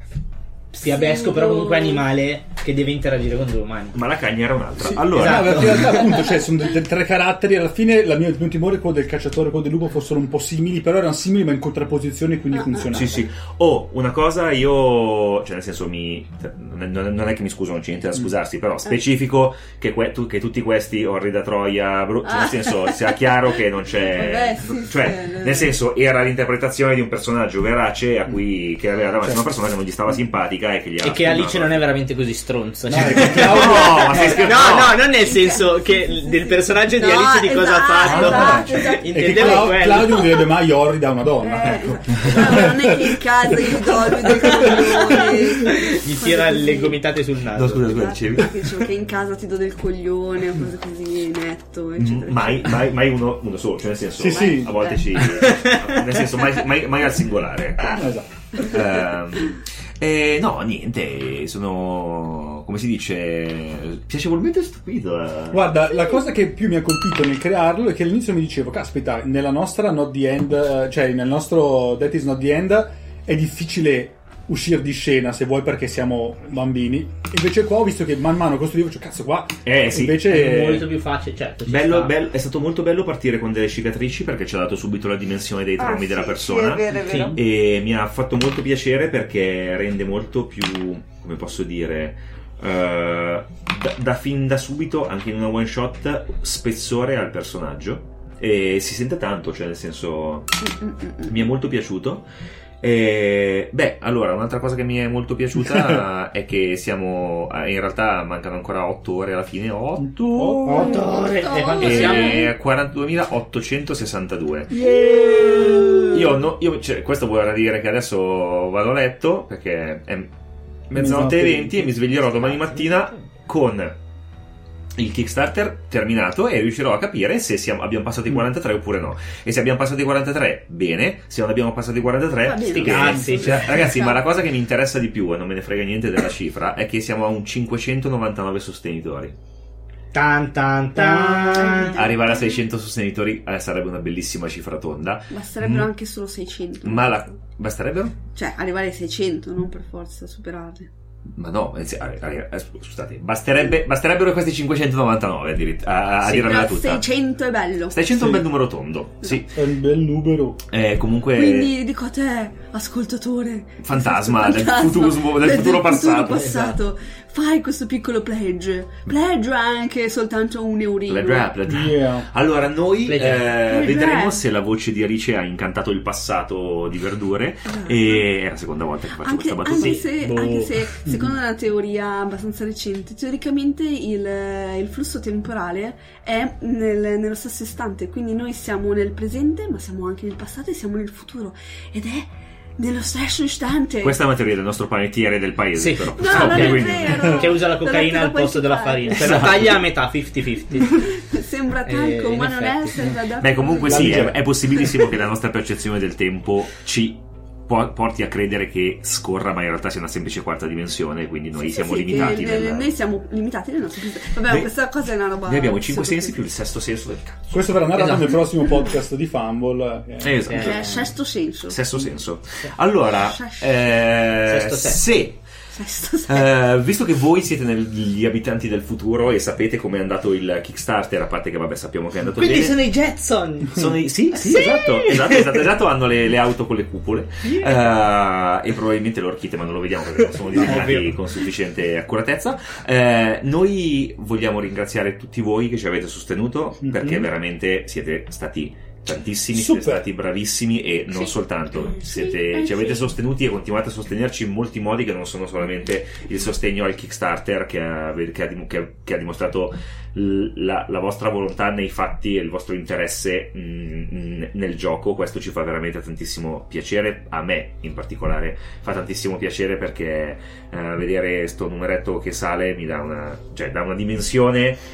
fiabesco, però comunque animale, che deve interagire con due umani. Ma la cagna era un'altra. Sì, allora, no, perché in realtà appunto cioè, sono dei- dei tre caratteri. Alla fine la mia, il mio timore è quello del cacciatore e quello del lupo fossero un po' simili, però erano simili ma in contrapposizione, quindi Ah, funzionava. sì, sì. Oh, una cosa io, cioè nel senso mi non è, non è che mi scuso, non c'è niente da scusarsi, però specifico che, que, tu, che tutti questi orri da Troia, bru- cioè, nel Ah. senso sia chiaro che non c'è, Vabbè, sì, cioè sì, nel senso era l'interpretazione di un personaggio verace a cui che aveva davanti una persona che non gli stava simpatica e che gli E che Alice non è veramente così stronza. No, Cioè- perché Claudio- No, ma sei No, scherzato? no, non nel senso che del personaggio di No, Alice di cosa ha esatto, fatto. esatto, esatto. E che Intendevo Clau- quello. Claudio non direbbe mai orri da una donna. Eh, Ecco. no, ma non è che in casa gli do lui del coglione. Gli tira le gomitate sul naso. No, scusa, scusa, Esatto, dicevi? perché dicevo che in casa ti do del coglione o cose così, netto, eccetera. Mai, mai, mai uno, uno solo, cioè nel senso Sì, sì. a volte ci nel senso mai, mai, mai al singolare, ecco. Esatto. Ehm, eh, no, niente, sono come si dice piacevolmente stupito. eh. Guarda, la cosa che più mi ha colpito nel crearlo è che all'inizio mi dicevo, caspita, nella nostra Not the End, eh, cioè nel nostro That is Not the End è difficile uscire di scena, se vuoi, perché siamo bambini. Invece qua ho visto che man mano costruivo, cioè cazzo qua Eh sì, invece È molto più facile, certo. ci bello, sta. bello- è stato molto bello partire con delle cicatrici perché ci ha dato subito la dimensione dei Ah, traumi sì, della sì, persona. è vero, è vero. E mi ha fatto molto piacere perché rende molto più, come posso dire, eh, da, da fin da subito, anche in una one shot, spessore al personaggio e si sente tanto, cioè nel senso mi è molto piaciuto. E, beh, allora un'altra cosa che mi è molto piaciuta è che siamo in realtà mancano ancora otto ore alla fine, otto Otto. Ore, e quanto e siamo? quarantuduemilaottocentosessantadue. Io, no, io cioè, questo vorrà dire che adesso vado a letto perché è mezzanotte e venti e mi sveglierò domani mattina con il Kickstarter terminato e riuscirò a capire se siamo, abbiamo passato i quarantatré oppure no. E se abbiamo passato i quarantatré, bene. Se non abbiamo passato i quarantatré, Va bene. sti Sti cazzi. cazzi. Cioè, ragazzi, ma la cosa che mi interessa di più, e non me ne frega niente della cifra, è che siamo a un cinquecentonovantanove sostenitori. Tan tan tan. Arrivare a seicento sostenitori eh, sarebbe una bellissima cifra tonda. Basterebbero Mm. anche solo seicento. Ma la... basterebbero? Cioè, arrivare ai seicento, non per forza superarli. Ma no, eh, sì, arri- arri- eh, scusate, basterebbe, basterebbero questi cinquecentonovantanove addirit- a, a Sì, dirmela però tutta. seicento è bello. seicento è un Sì. bel numero tondo, sì. è un bel numero. Eh, comunque Quindi dico a te, ascoltatore, Fantasma del fantasma, futuro- del futuro passato. passato, fai questo piccolo pledge. Pledge anche soltanto un eurino. Pledge up, pledge up. Yeah. Allora noi Pledge up. eh, Pledge vedremo up. se la voce di Alice ha incantato il passato di Verdure e è la seconda volta che faccio Anche, questa battuta. anche se, Boh. anche se, secondo una teoria abbastanza recente, teoricamente il, il flusso temporale è nel- nello stesso istante, quindi noi siamo nel presente, ma siamo anche nel passato e siamo nel futuro, ed è nello stesso istante. Questa è una teoria del nostro panettiere del paese, Sì. però. No, Ok, non è quindi- vero. Che usa la Da cocaina da al posto qualche della parte. farina. Cioè la taglia a metà cinquanta cinquanta. Sembra Eh, talco, in ma non è. effetti. Sembra da- Beh, comunque La sì, è, leggera. è possibilissimo che la nostra percezione del tempo ci po- porti a credere che scorra, ma in realtà sia una semplice quarta dimensione, quindi noi Sì, siamo sì, limitati. che- nel- Noi siamo limitati nel nostro pensiero. Vabbè, Noi- questa cosa è una roba. Noi abbiamo i cinque super- sensi più il sesto senso del cazzo. Questo verrà narrato Esatto. nel prossimo podcast di Fumble. eh. Esatto. Che è sesto senso. Sesto senso. Allora, Sesto eh, senso. se Sesto senso. Eh, visto che voi siete negli abitanti del futuro e sapete come è andato il Kickstarter, a parte che vabbè sappiamo che è andato Quindi bene. sono i Jetson. Sono i- sì, sì, esatto, esatto, esatto, esatto, hanno le, le auto con le cupole. Eh, e probabilmente l'orchite, ma non lo vediamo perché non sono disegnati Ovvio. con sufficiente accuratezza. Eh, noi vogliamo ringraziare tutti voi che ci avete sostenuto, perché Mhm. veramente siete stati tantissimi, Super. siete stati bravissimi e non Sì. soltanto, Sì, siete, eh, ci avete sì. sostenuti e continuate a sostenerci in molti modi che non sono solamente il sostegno al Kickstarter che ha, che ha, dim- che ha- che ha dimostrato l- la, la vostra volontà nei fatti e il vostro interesse mh, nel gioco. Questo ci fa veramente tantissimo piacere, a me in particolare fa tantissimo piacere, perché eh, vedere sto numeretto che sale mi dà una, cioè, dà una dimensione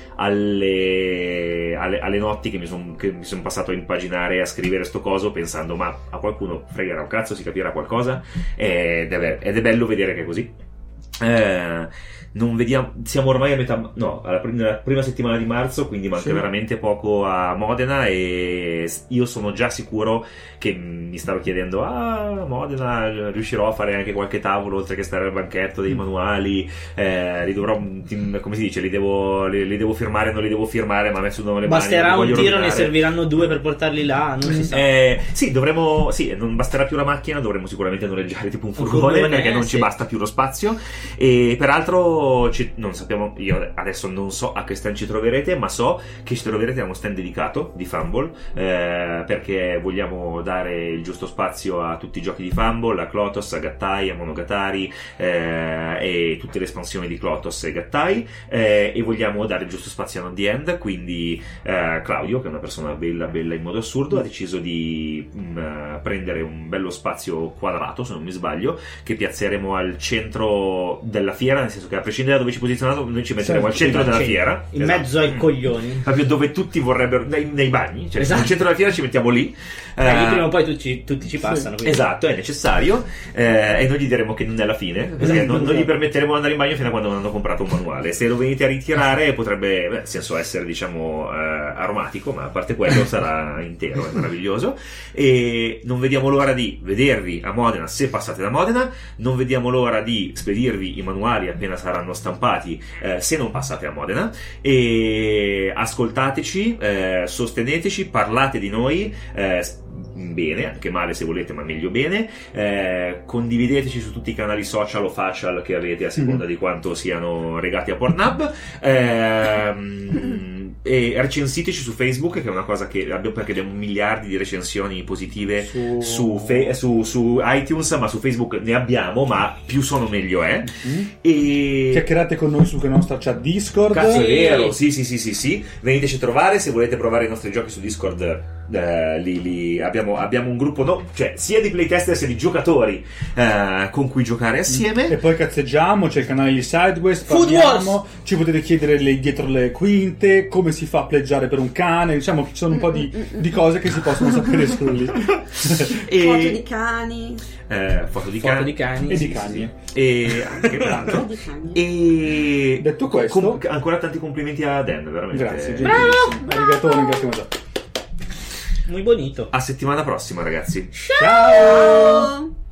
alle, alle, alle notti che mi sono son passato a impaginare, a scrivere sto coso pensando ma a qualcuno fregherà un cazzo, si capirà qualcosa, ed è, ed è bello vedere che è così. Eh, non vediamo, siamo ormai a metà, no, alla prima, prima settimana di marzo, quindi manca Sì. veramente poco a Modena, e io sono già sicuro che mi stavo chiedendo, ah, Modena riuscirò a fare anche qualche tavolo oltre che stare al banchetto dei manuali, eh, li dovrò, come si dice, li devo, li, li devo firmare, non li devo firmare, ma messo le Basterà mani, non un li voglio tiro, ne rovinare. serviranno due per portarli là, non si sa. Eh, sì, dovremo, sì, non basterà più la macchina, dovremo sicuramente noleggiare tipo un Un furgone, furgone, perché non sì. ci basta più lo spazio. E peraltro ci- non sappiamo, io adesso non so a che stand ci troverete, ma so che ci troverete a uno stand dedicato di Fumble, eh, perché vogliamo dare il giusto spazio a tutti i giochi di Fumble, a Klotos, a Gattai, a Monogatari, eh, e tutte le espansioni di Klotos e Gattai, eh, e vogliamo dare il giusto spazio a Non The End. Quindi eh, Claudio, che è una persona bella bella in modo assurdo, ha deciso di mh, prendere un bello spazio quadrato, se non mi sbaglio, che piazzeremo al centro della fiera, nel senso che a prescindere da dove ci posizionato noi ci metteremo Sì, al centro sì, della sì. fiera, In esatto. mezzo ai Mm. coglioni. Proprio dove tutti vorrebbero, nei, nei bagni, cioè Esatto. al centro della fiera ci mettiamo lì. Eh, Eh, prima o poi tutti, ci- tutti ci passano. quindi. Esatto, è necessario, eh, e noi gli diremo che non è la fine, perché Esatto, non, non gli esatto. permetteremo di andare in bagno fino a quando non hanno comprato un manuale. Se lo venite a ritirare potrebbe, beh, nel senso, essere diciamo eh, aromatico, ma a parte quello sarà intero, è meraviglioso. E non vediamo l'ora di vedervi a Modena se passate da Modena, non vediamo l'ora di spedirvi i manuali appena saranno stampati, eh, se non passate a Modena. E ascoltateci, eh, sosteneteci, parlate di noi, eh, bene, anche male se volete, ma meglio bene. Eh, condivideteci su tutti i canali social o facial che avete, a seconda Mhm. di quanto siano regati a Pornhub. Ehm, e recensiteci su Facebook, che è una cosa che abbiamo, perché abbiamo miliardi di recensioni positive Su- su, fe- su, su iTunes, ma su Facebook ne abbiamo, ma più sono meglio è. Mm. E Chiacchierate con noi sulla nostra chat Discord. cazzo, è Sì. vero, sì, sì, sì, sì, sì. Veniteci a trovare se volete provare i nostri giochi su Discord. eh, li, li- abbiamo, abbiamo un gruppo, no, cioè sia di playtester sia di giocatori eh, con cui giocare assieme. E poi cazzeggiamo, c'è il canale di Sideways, Food parliamo, ci potete chiedere le- dietro le quinte, come si fa a pleggiare per un cane, diciamo che ci sono un po' di, di cose che si possono sapere su lì. E, Foto di cani. eh, foto di Foto cani di cani. E sì, di cani. sì. e anche peraltro. Di cani. E Detto questo- com- ancora tanti complimenti a Dan, veramente. Grazie, gentilissimo. Arigato, ringraziamo. Muy bonito. A settimana prossima, ragazzi. Ciao! Ciao!